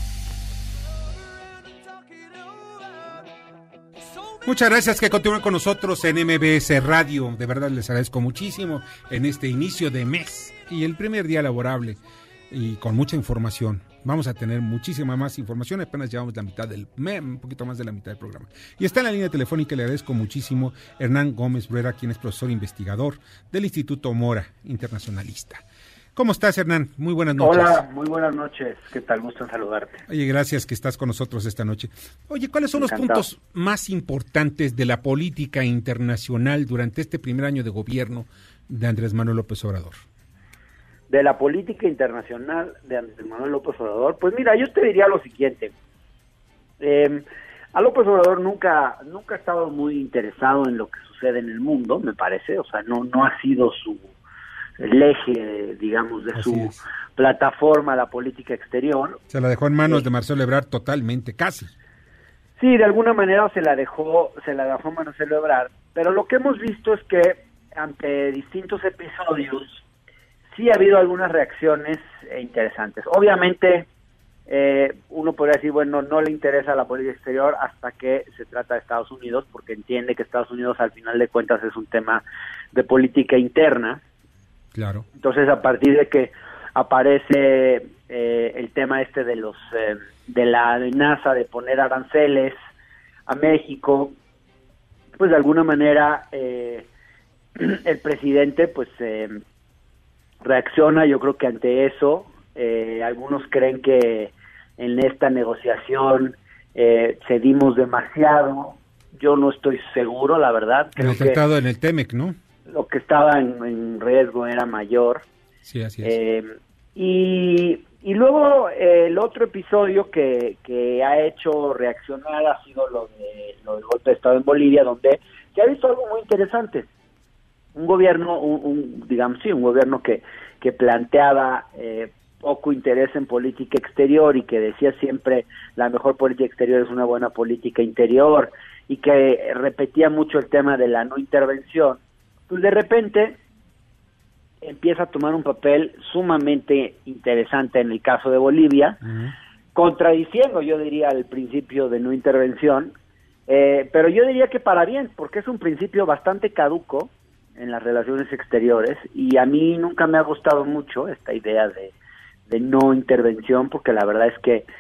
Muchas gracias que continúen con nosotros en MBS Radio. De verdad les agradezco muchísimo en este inicio de mes y el primer día laborable y con mucha información. Vamos a tener muchísima más información, apenas llevamos la mitad un poquito más de la mitad del programa. Y está en la línea telefónica, le agradezco muchísimo, Hernán Gómez Bruera, quien es profesor investigador del Instituto Mora Internacionalista. ¿Cómo estás, Hernán? Muy buenas noches. Hola, muy buenas noches. ¿Qué tal? Gusto en saludarte. Oye, gracias que estás con nosotros esta noche. Oye, ¿cuáles son los puntos más importantes de la política internacional durante este primer año de gobierno de Andrés Manuel López Obrador? De la política internacional de Andrés Manuel López Obrador, pues mira, yo te diría lo siguiente. A López Obrador nunca ha estado muy interesado en lo que sucede en el mundo, me parece. O sea, no ha sido el eje, digamos, de su plataforma, la política exterior. Se la dejó en manos de Marcelo Ebrard totalmente, casi. Sí, de alguna manera se la dejó a Marcelo Ebrard, pero lo que hemos visto es que ante distintos episodios sí ha habido algunas reacciones interesantes. Obviamente, uno podría decir, bueno, no le interesa la política exterior hasta que se trata de Estados Unidos, porque entiende que Estados Unidos al final de cuentas es un tema de política interna. Claro. Entonces, a partir de que aparece el tema de la amenaza de poner aranceles a México, pues de alguna manera el presidente pues reacciona. Yo creo que ante eso algunos creen que en esta negociación cedimos demasiado. Yo no estoy seguro, la verdad. En el tratado, en el TEMEC, ¿no? Lo que estaba en riesgo era mayor. Sí, así es. Y luego el otro episodio que ha hecho reaccionar ha sido lo del golpe de Estado en Bolivia, donde se ha visto algo muy interesante. Un gobierno, un gobierno que planteaba poco interés en política exterior y que decía siempre la mejor política exterior es una buena política interior, y que repetía mucho el tema de la no intervención. Pues de repente empieza a tomar un papel sumamente interesante en el caso de Bolivia, contradiciendo, yo diría, el principio de no intervención, pero yo diría que para bien, porque es un principio bastante caduco en las relaciones exteriores, y a mí nunca me ha gustado mucho esta idea de no intervención, porque la verdad es que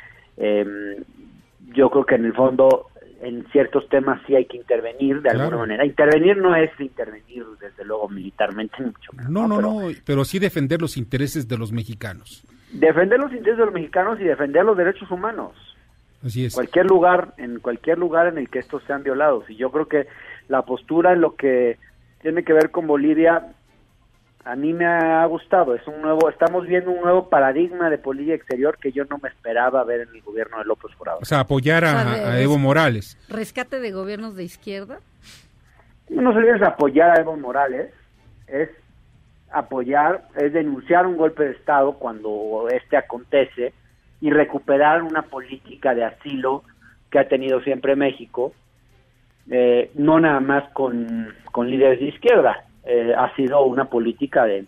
yo creo que en el fondo en ciertos temas sí hay que intervenir de alguna manera. Intervenir no es intervenir, desde luego, militarmente, mucho menos. No, pero sí defender los intereses de los mexicanos. Defender los intereses de los mexicanos y defender los derechos humanos. Así es. En cualquier lugar en el que estos sean violados. Y yo creo que la postura en lo que tiene que ver con Bolivia a mí me ha gustado. Estamos viendo un nuevo paradigma de política exterior que yo no me esperaba ver en el gobierno de López Obrador. O sea, apoyar a Evo Morales. ¿Rescate de gobiernos de izquierda? No se olviden, apoyar a Evo Morales es denunciar un golpe de Estado cuando este acontece y recuperar una política de asilo que ha tenido siempre México, no nada más con líderes de izquierda. Ha sido una política de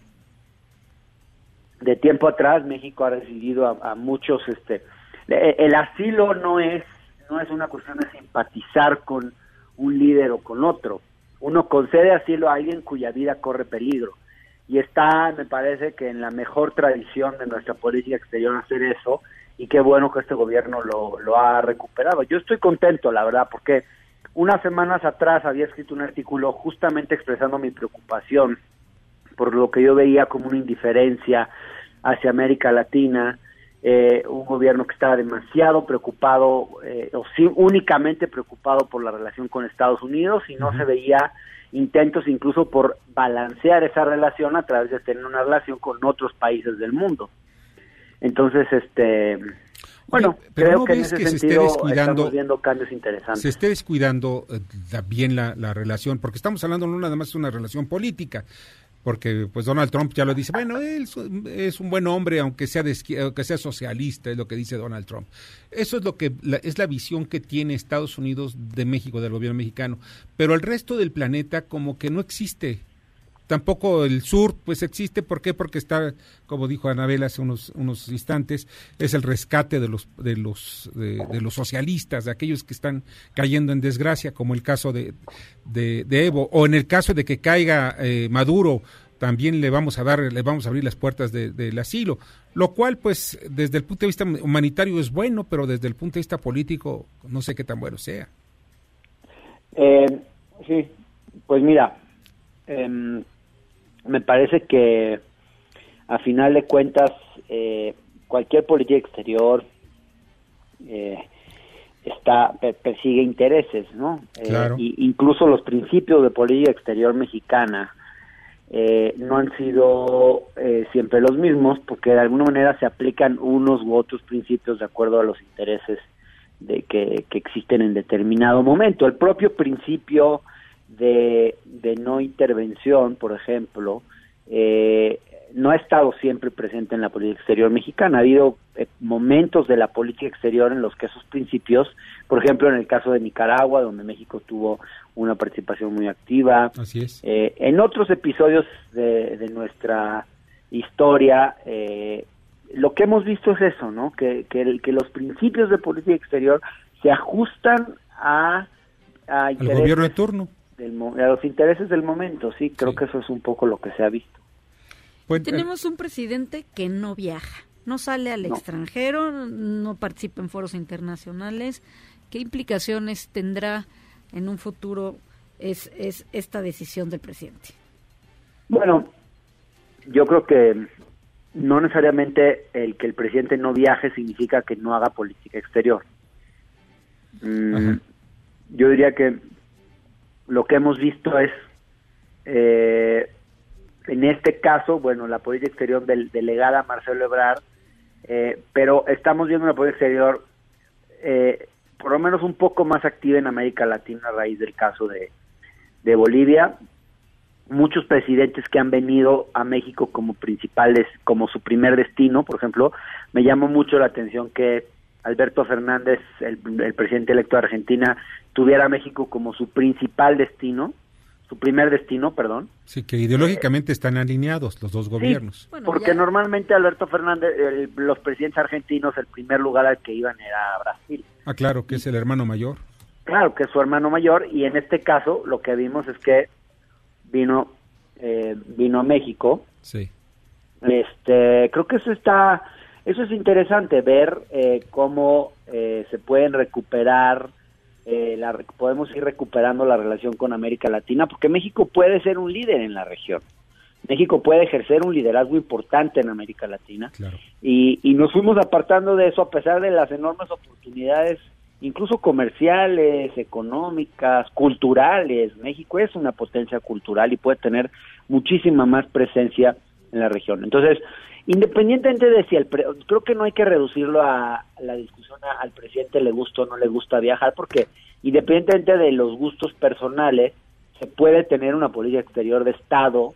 tiempo atrás. México ha recibido a muchos. El asilo no es una cuestión de simpatizar con un líder o con otro. Uno concede asilo a alguien cuya vida corre peligro, y me parece que en la mejor tradición de nuestra política exterior hacer eso, y qué bueno que este gobierno lo ha recuperado. Yo estoy contento, la verdad, porque unas semanas atrás había escrito un artículo justamente expresando mi preocupación por lo que yo veía como una indiferencia hacia América Latina, un gobierno que estaba demasiado preocupado, únicamente preocupado por la relación con Estados Unidos, y no se veía intentos incluso por balancear esa relación a través de tener una relación con otros países del mundo. Entonces, bueno, creo que en ese sentido estamos viendo cambios interesantes. Se esté descuidando bien la relación, porque estamos hablando no nada más de una relación política, porque pues Donald Trump ya lo dice, bueno, él es un buen hombre, aunque sea socialista, es lo que dice Donald Trump. Eso es es la visión que tiene Estados Unidos de México, del gobierno mexicano, pero el resto del planeta como que no existe tampoco el sur pues existe. ¿Por qué? Porque está, como dijo Anabel hace unos instantes, es el rescate de los socialistas, de aquellos que están cayendo en desgracia, como el caso de Evo, o en el caso de que caiga Maduro, también le vamos a abrir las puertas del asilo, lo cual pues desde el punto de vista humanitario es bueno, pero desde el punto de vista político no sé qué tan bueno sea. Sí, pues mira, me parece que a final de cuentas cualquier política exterior persigue intereses, ¿no? Claro. Incluso los principios de política exterior mexicana no han sido siempre los mismos, porque de alguna manera se aplican unos u otros principios de acuerdo a los intereses que existen en determinado momento. El propio principio de no intervención, por ejemplo, no ha estado siempre presente en la política exterior mexicana. Ha habido momentos de la política exterior en los que esos principios, por ejemplo, en el caso de Nicaragua, donde México tuvo una participación muy activa. Así es. En otros episodios de nuestra historia, lo que hemos visto es eso, ¿no? Que los principios de política exterior se ajustan al gobierno de turno. A los intereses del momento, sí, creo que eso es un poco lo que se ha visto. Pues, tenemos un presidente que no viaja, no sale al extranjero, no participa en foros internacionales. ¿Qué implicaciones tendrá en un futuro es esta decisión del presidente? Bueno, yo creo que no necesariamente el que el presidente no viaje significa que no haga política exterior. Yo diría que lo que hemos visto es, en este caso, bueno, la política exterior delegada Marcelo Ebrard, pero estamos viendo una política exterior por lo menos un poco más activa en América Latina a raíz del caso de Bolivia. Muchos presidentes que han venido a México como su primer destino, por ejemplo, me llamó mucho la atención que Alberto Fernández, el presidente electo de Argentina, tuviera a México como su primer destino, perdón. Sí, que ideológicamente están alineados los dos gobiernos. Sí, bueno, porque normalmente Alberto Fernández, los presidentes argentinos, el primer lugar al que iban era Brasil. Ah, claro, que es el hermano mayor. Claro, que es su hermano mayor, y en este caso lo que vimos es que vino a México. Sí. Creo que eso es interesante, ver cómo se pueden recuperar, podemos ir recuperando la relación con América Latina, porque México puede ser un líder en la región. México puede ejercer un liderazgo importante en América Latina. Claro. Y nos fuimos apartando de eso a pesar de las enormes oportunidades, incluso comerciales, económicas, culturales. México es una potencia cultural y puede tener muchísima más presencia en la región. Entonces, independientemente de si creo que no hay que reducirlo a la discusión al presidente le gusta o no le gusta viajar, porque independientemente de los gustos personales, se puede tener una política exterior de Estado,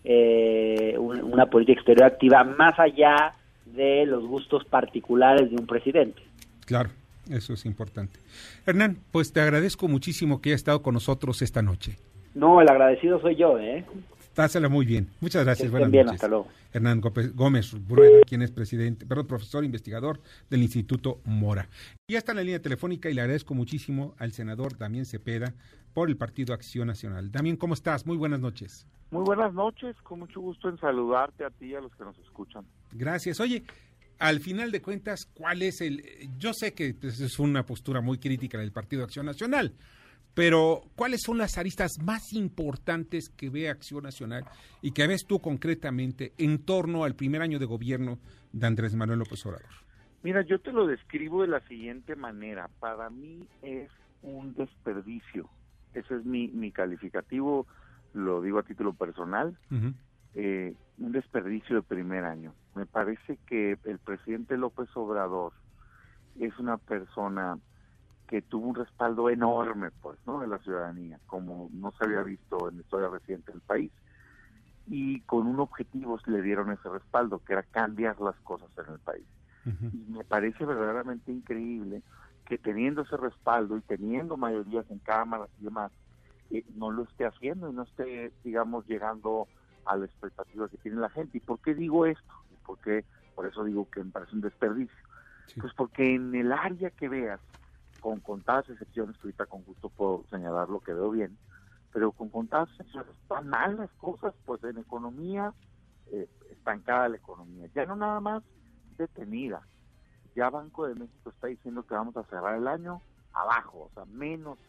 una política exterior activa, más allá de los gustos particulares de un presidente. Claro, eso es importante. Hernán, pues te agradezco muchísimo que hayas estado con nosotros esta noche. No, el agradecido soy yo, Pásala muy bien. Muchas gracias. Buenas noches. Hasta luego. Hernán Gómez Rueda, quien es profesor investigador del Instituto Mora. Ya está en la línea telefónica y le agradezco muchísimo al senador Damián Cepeda por el Partido Acción Nacional. Damián, ¿cómo estás? Muy buenas noches. Muy buenas noches, con mucho gusto en saludarte a ti y a los que nos escuchan. Gracias. Oye, al final de cuentas, ¿cuál es yo sé que es una postura muy crítica del Partido Acción Nacional, pero ¿cuáles son las aristas más importantes que ve Acción Nacional y que ves tú concretamente en torno al primer año de gobierno de Andrés Manuel López Obrador? Mira, yo te lo describo de la siguiente manera. Para mí es un desperdicio. Ese es mi calificativo, lo digo a título personal. Uh-huh. Un desperdicio de primer año. Me parece que el presidente López Obrador es una persona que tuvo un respaldo enorme, pues, ¿no?, de la ciudadanía, como no se había visto en la historia reciente del país, y con un objetivo le dieron ese respaldo, que era cambiar las cosas en el país. Uh-huh. Y me parece verdaderamente increíble que teniendo ese respaldo y teniendo mayorías en cámaras y demás, no lo esté haciendo y no esté, digamos, llegando a la expectativa que tiene la gente. ¿Y por qué digo esto? Por eso digo que me parece un desperdicio. Sí. Pues porque en el área que veas, con contadas excepciones, que ahorita con gusto puedo señalar lo que veo bien, pero con contadas excepciones están mal las cosas, pues en economía, estancada la economía, ya no nada más detenida. Ya Banco de México está diciendo que vamos a cerrar el año abajo, o sea, menos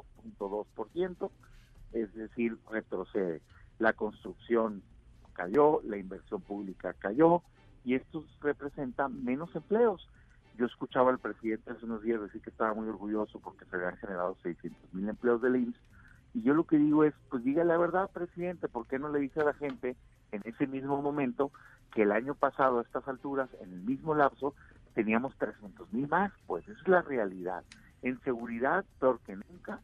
0.2%, es decir, retrocede. La construcción cayó, la inversión pública cayó, y esto representa menos empleos. Yo escuchaba al presidente hace unos días decir que estaba muy orgulloso porque se habían generado 600,000 empleos del IMSS, y yo lo que digo es, pues diga la verdad, presidente, ¿por qué no le dice a la gente en ese mismo momento que el año pasado a estas alturas, en el mismo lapso, teníamos 300,000 más? Pues esa es la realidad. En seguridad, peor que nunca,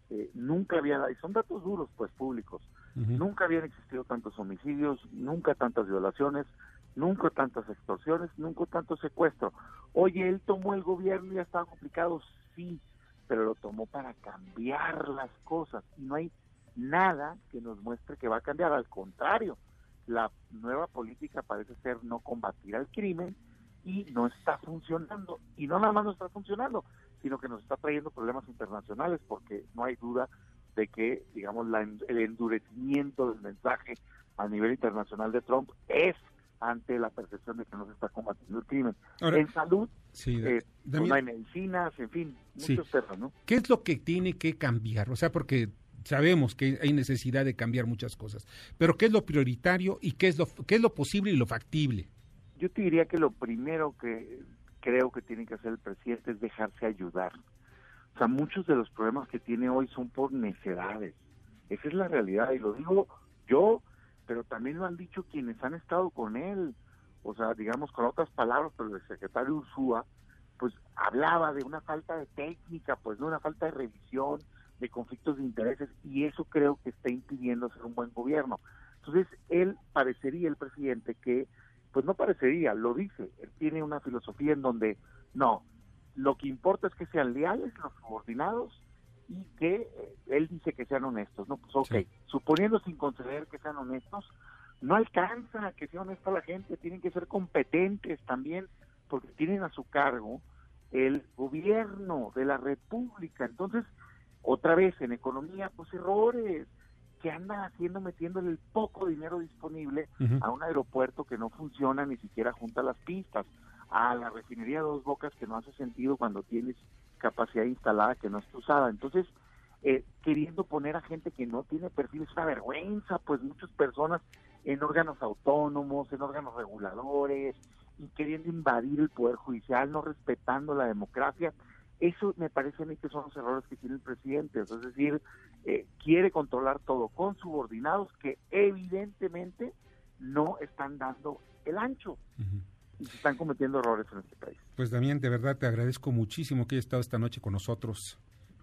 nunca había, y son datos duros, pues públicos, nunca habían existido tantos homicidios, nunca tantas violaciones, nunca tantas extorsiones, nunca tanto secuestro. Oye, él tomó el gobierno y ya estaba complicado, sí, pero lo tomó para cambiar las cosas, y no hay nada que nos muestre que va a cambiar. Al contrario, la nueva política parece ser no combatir al crimen, y no está funcionando, y no nada más no está funcionando, sino que nos está trayendo problemas internacionales, porque no hay duda de que, digamos, el endurecimiento del mensaje a nivel internacional de Trump es ante la percepción de que no se está combatiendo el crimen. Ahora, en salud, sí, pues no hay medicinas, en fin, muchos temas, ¿no? ¿Qué es lo que tiene que cambiar? O sea, porque sabemos que hay necesidad de cambiar muchas cosas, pero ¿qué es lo prioritario y qué es lo posible y lo factible? Yo te diría que lo primero que creo que tiene que hacer el presidente es dejarse ayudar. O sea, muchos de los problemas que tiene hoy son por necedades. Esa es la realidad, y lo digo yo, pero también lo han dicho quienes han estado con él. O sea, digamos con otras palabras, pero el secretario Ursúa, pues hablaba de una falta de técnica, pues de una falta de revisión, de conflictos de intereses, y eso creo que está impidiendo hacer un buen gobierno. Entonces, el presidente, que pues no parecería, lo dice, él tiene una filosofía en donde no, lo que importa es que sean leales los subordinados y que él dice que sean honestos, ¿no? Pues ok, sí. Suponiendo sin conceder que sean honestos, no alcanza que sea honesta la gente, tienen que ser competentes también, porque tienen a su cargo el gobierno de la República. Entonces, otra vez en economía, pues errores, que anda haciendo, metiéndole el poco dinero disponible a un aeropuerto que no funciona, ni siquiera junta las pistas, a la refinería de Dos Bocas, que no hace sentido cuando tienes capacidad instalada que no está usada. Entonces, queriendo poner a gente que no tiene perfil, es una vergüenza, pues muchas personas en órganos autónomos, en órganos reguladores, y queriendo invadir el Poder Judicial, no respetando la democracia. Eso me parece a mí que son los errores que tiene el presidente. Es decir, quiere controlar todo con subordinados que evidentemente no están dando el ancho. Y se están cometiendo errores en este país. Pues Damián, de verdad te agradezco muchísimo que hayas estado esta noche con nosotros.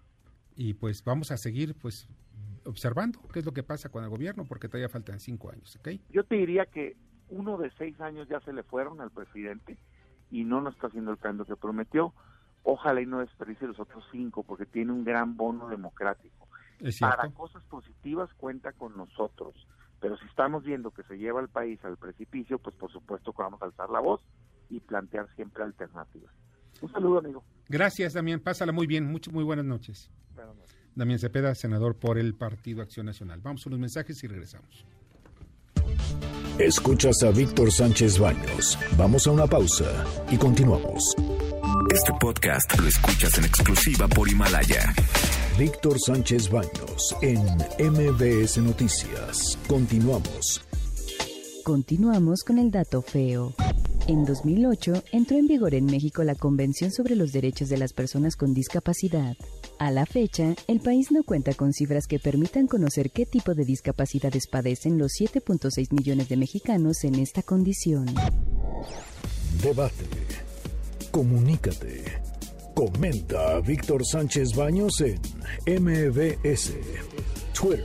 Y pues vamos a seguir pues observando qué es lo que pasa con el gobierno, porque todavía faltan 5 años, ¿ok? Yo te diría que 1 de 6 años ya se le fueron al presidente y no nos está haciendo el cambio que prometió. Ojalá y no desperdicie los otros 5, porque tiene un gran bono democrático. Para cosas positivas cuenta con nosotros, pero si estamos viendo que se lleva al país al precipicio, pues por supuesto que vamos a alzar la voz y plantear siempre alternativas. Un saludo, amigo. Gracias, Damián. Pásala muy bien. Muy buenas noches. Buenas noches. Damián Cepeda, senador por el Partido Acción Nacional. Vamos a los mensajes y regresamos. Escuchas a Víctor Sánchez Baños. Vamos a una pausa y continuamos. Este podcast lo escuchas en exclusiva por Himalaya. Víctor Sánchez Baños en MBS Noticias. Continuamos. Continuamos con el dato feo. En 2008 entró en vigor en México la Convención sobre los Derechos de las Personas con Discapacidad. A la fecha, el país no cuenta con cifras que permitan conocer qué tipo de discapacidades padecen los 7.6 millones de mexicanos en esta condición. Debate. Comunícate. Comenta a Víctor Sánchez Baños en MBS. Twitter,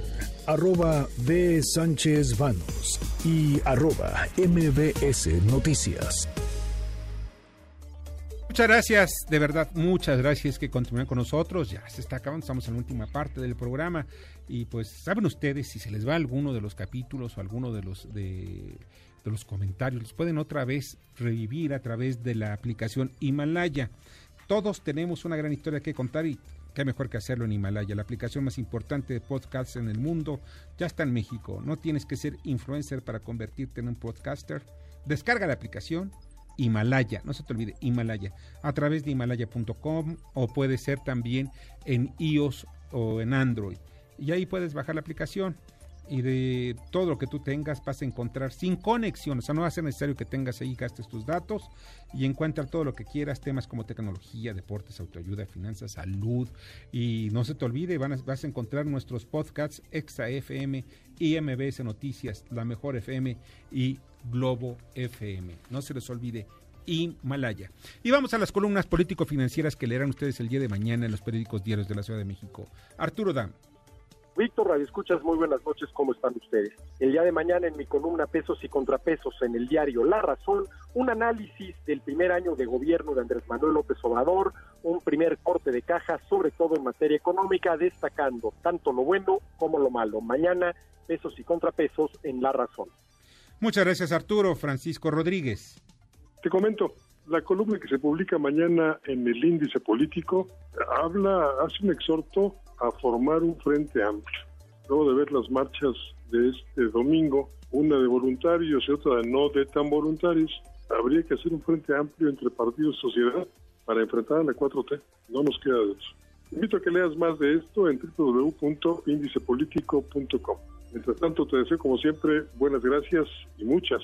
@BSánchezBaños y @MBS Noticias. Muchas gracias, de verdad, muchas gracias que continúen con nosotros. Ya se está acabando, estamos en la última parte del programa y pues saben ustedes si se les va alguno de los capítulos o alguno de los comentarios, los pueden otra vez revivir a través de la aplicación Himalaya. Todos tenemos una gran historia que contar y qué mejor que hacerlo en Himalaya, la aplicación más importante de podcasts en el mundo. Ya está en México, no tienes que ser influencer para convertirte en un podcaster. Descarga la aplicación Himalaya, no se te olvide, Himalaya, a través de himalaya.com o puede ser también en iOS o en Android. Y ahí puedes bajar la aplicación y de todo lo que tú tengas vas a encontrar sin conexión, o sea, no va a ser necesario que tengas ahí, gastes tus datos y encuentra todo lo que quieras, temas como tecnología, deportes, autoayuda, finanzas, salud y no se te olvide, vas a encontrar nuestros podcasts Exa FM y MBS Noticias, La Mejor FM y Globo FM. No se les olvide Himalaya. Y vamos a las columnas político-financieras que leerán ustedes el día de mañana en los periódicos diarios de la Ciudad de México. Arturo Dam. Víctor, radioescuchas, muy buenas noches, ¿cómo están ustedes? El día de mañana en mi columna Pesos y Contrapesos en el diario La Razón, un análisis del primer año de gobierno de Andrés Manuel López Obrador, un primer corte de caja, sobre todo en materia económica, destacando tanto lo bueno como lo malo. Mañana, Pesos y Contrapesos en La Razón. Muchas gracias, Arturo. Francisco Rodríguez. Te comento, la columna que se publica mañana en el Índice Político hace un exhorto a formar un frente amplio. Luego de ver las marchas de este domingo, una de voluntarios y otra de no de tan voluntarios, habría que hacer un frente amplio entre partidos y sociedad para enfrentar a la 4T. No nos queda de eso. Te invito a que leas más de esto en www.indicepolitico.com. Mientras tanto, te deseo como siempre buenas gracias y muchas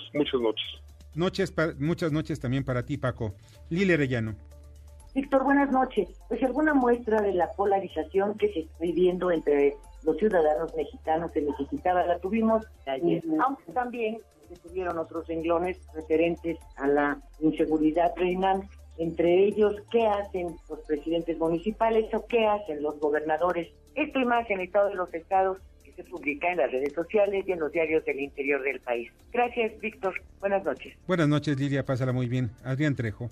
noches. Muchas noches también para ti, Paco. Lili Arellano. Víctor, buenas noches. Pues alguna muestra de la polarización que se está viviendo entre los ciudadanos mexicanos se necesitaba, la tuvimos ayer, aunque también se tuvieron otros renglones referentes a la inseguridad reinante, entre ellos qué hacen los presidentes municipales o qué hacen los gobernadores. Esto y más en el estado de los estados que se publica en las redes sociales y en los diarios del interior del país. Gracias, Víctor. Buenas noches. Buenas noches, Lilia. Pásala muy bien. Adrián Trejo.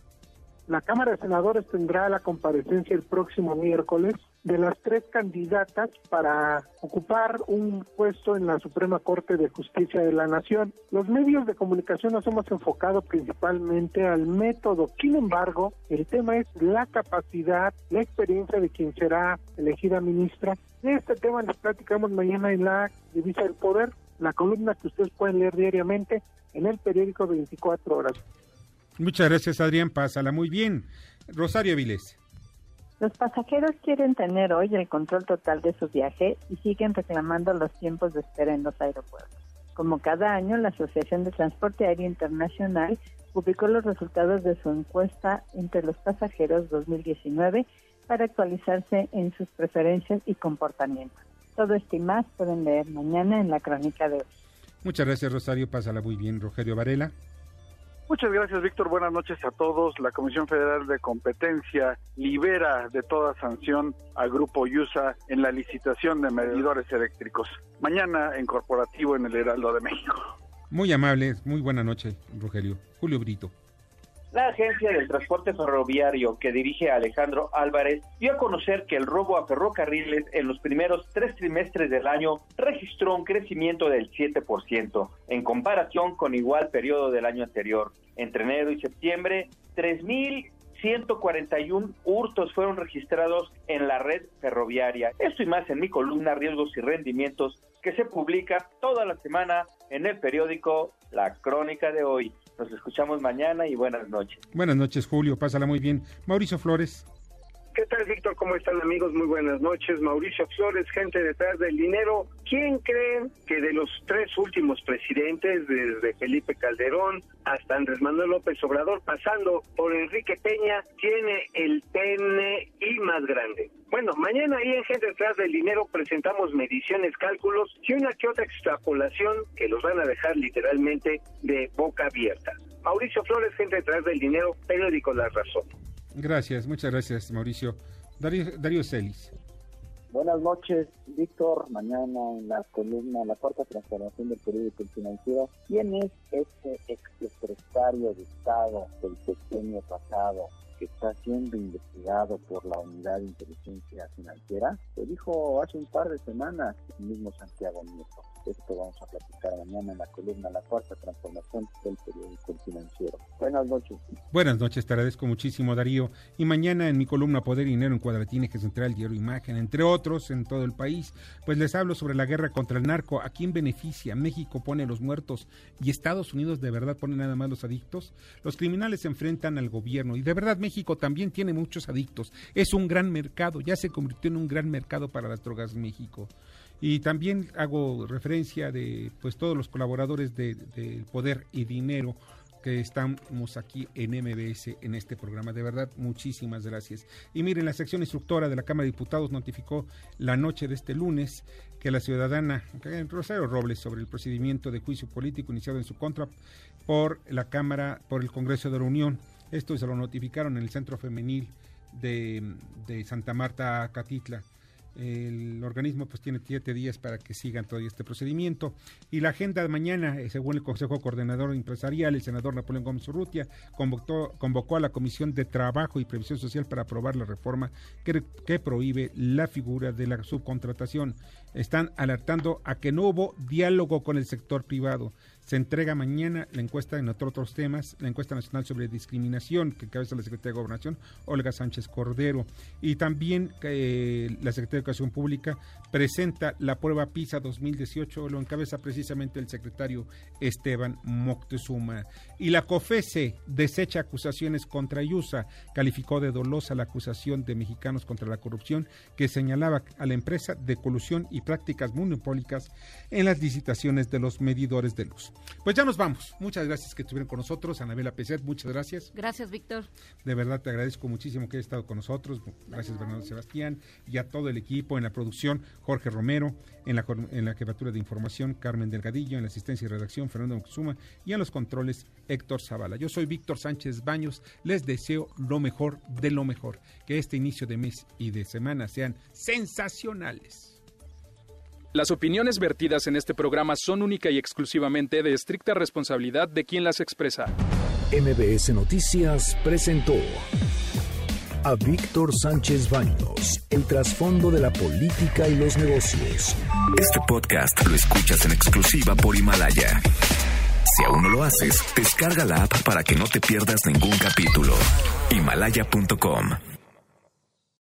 La Cámara de Senadores tendrá la comparecencia el próximo miércoles de las 3 candidatas para ocupar un puesto en la Suprema Corte de Justicia de la Nación. Los medios de comunicación nos hemos enfocado principalmente al método. Sin embargo, el tema es la capacidad, la experiencia de quien será elegida ministra. De este tema les platicamos mañana en la Divisa del Poder, la columna que ustedes pueden leer diariamente en el periódico 24 horas. Muchas gracias, Adrián. Pásala muy bien. Rosario Vilés. Los pasajeros quieren tener hoy el control total de su viaje y siguen reclamando los tiempos de espera en los aeropuertos. Como cada año, la Asociación de Transporte Aéreo Internacional publicó los resultados de su encuesta entre los pasajeros 2019 para actualizarse en sus preferencias y comportamientos. Todo esto y más pueden leer mañana en la crónica de hoy. Muchas gracias, Rosario. Pásala muy bien. Rogelio Varela. Muchas gracias, Víctor. Buenas noches a todos. La Comisión Federal de Competencia libera de toda sanción al Grupo IUSA en la licitación de medidores eléctricos. Mañana en corporativo en el Heraldo de México. Muy amable. Muy buena noche, Rogelio. Julio Brito. La Agencia del Transporte Ferroviario que dirige Alejandro Álvarez dio a conocer que el robo a ferrocarriles en los primeros 3 trimestres del año registró un crecimiento del 7% en comparación con igual periodo del año anterior. Entre enero y septiembre, 3,141 hurtos fueron registrados en la red ferroviaria. Esto y más en mi columna Riesgos y Rendimientos, que se publica toda la semana en el periódico La Crónica de Hoy. Nos escuchamos mañana y buenas noches. Buenas noches, Julio. Pásala muy bien. Mauricio Flores. ¿Qué tal, Víctor? ¿Cómo están, amigos? Muy buenas noches. Mauricio Flores, gente detrás del dinero. ¿Quién cree que de los 3 últimos presidentes, desde Felipe Calderón hasta Andrés Manuel López Obrador, pasando por Enrique Peña, tiene el PNI más grande? Bueno, mañana ahí en Gente detrás del dinero presentamos mediciones, cálculos y una que otra extrapolación que los van a dejar literalmente de boca abierta. Mauricio Flores, Gente detrás del dinero, periódico La Razón. Gracias, muchas gracias, Mauricio. Darío Celis. Buenas noches, Víctor. Mañana en la columna La Cuarta Transformación del Periódico Financiero. ¿Quién es este exsecretario de Estado del sexenio pasado que está siendo investigado por la Unidad de Inteligencia Financiera, lo dijo hace un par de semanas el mismo Santiago Nieto. Esto vamos a platicar mañana en la columna La Cuarta Transformación del periódico El Financiero. Buenas noches. Buenas noches, te agradezco muchísimo, Darío. Y mañana en mi columna Poder y Dinero en Cuadratín, Eje Central, Diario Imagen, entre otros, en todo el país, pues les hablo sobre la guerra contra el narco. ¿A quién beneficia? México pone los muertos y Estados Unidos de verdad pone nada más los adictos. Los criminales se enfrentan al gobierno y de verdad México también tiene muchos adictos. Es un gran mercado, ya se convirtió en un gran mercado para las drogas en México. Y también hago referencia de pues todos los colaboradores de Poder y Dinero que estamos aquí en MBS en este programa. De verdad, muchísimas gracias. Y miren, la sección instructora de la Cámara de Diputados notificó la noche de este lunes que la ciudadana Rosario Robles, sobre el procedimiento de juicio político iniciado en su contra por la Cámara, por el Congreso de la Unión. Esto se lo notificaron en el Centro Femenil de Santa Marta, Catitla. El organismo pues tiene 7 días para que sigan todo este procedimiento. Y la agenda de mañana, según el Consejo Coordinador Empresarial, el senador Napoleón Gómez Urrutia convocó a la Comisión de Trabajo y Previsión Social para aprobar la reforma que prohíbe la figura de la subcontratación. Están alertando a que no hubo diálogo con el sector privado. Se entrega mañana la encuesta, en otros temas, la encuesta nacional sobre discriminación que encabeza la Secretaría de Gobernación, Olga Sánchez Cordero. Y también la Secretaría de Educación Pública presenta la prueba PISA 2018, lo encabeza precisamente el secretario Esteban Moctezuma. Y la COFESE desecha acusaciones contra IUSA, calificó de dolosa la acusación de Mexicanos contra la Corrupción que señalaba a la empresa de colusión y prácticas monopólicas en las licitaciones de los medidores de luz. Pues ya nos vamos. Muchas gracias que estuvieron con nosotros. Anabela Peset, muchas gracias. Gracias, Víctor. De verdad te agradezco muchísimo que hayas estado con nosotros. Gracias, Bernardo Sebastián, y a todo el equipo en la producción, Jorge Romero, en la jefatura de información, Carmen Delgadillo, en la asistencia y redacción, Fernando Moctezuma, y en los controles, Héctor Zavala. Yo soy Víctor Sánchez Baños. Les deseo lo mejor de lo mejor. Que este inicio de mes y de semana sean sensacionales. Las opiniones vertidas en este programa son única y exclusivamente de estricta responsabilidad de quien las expresa. MBS Noticias presentó a Víctor Sánchez Baños, el trasfondo de la política y los negocios. Este podcast lo escuchas en exclusiva por Himalaya. Si aún no lo haces, descarga la app para que no te pierdas ningún capítulo. Himalaya.com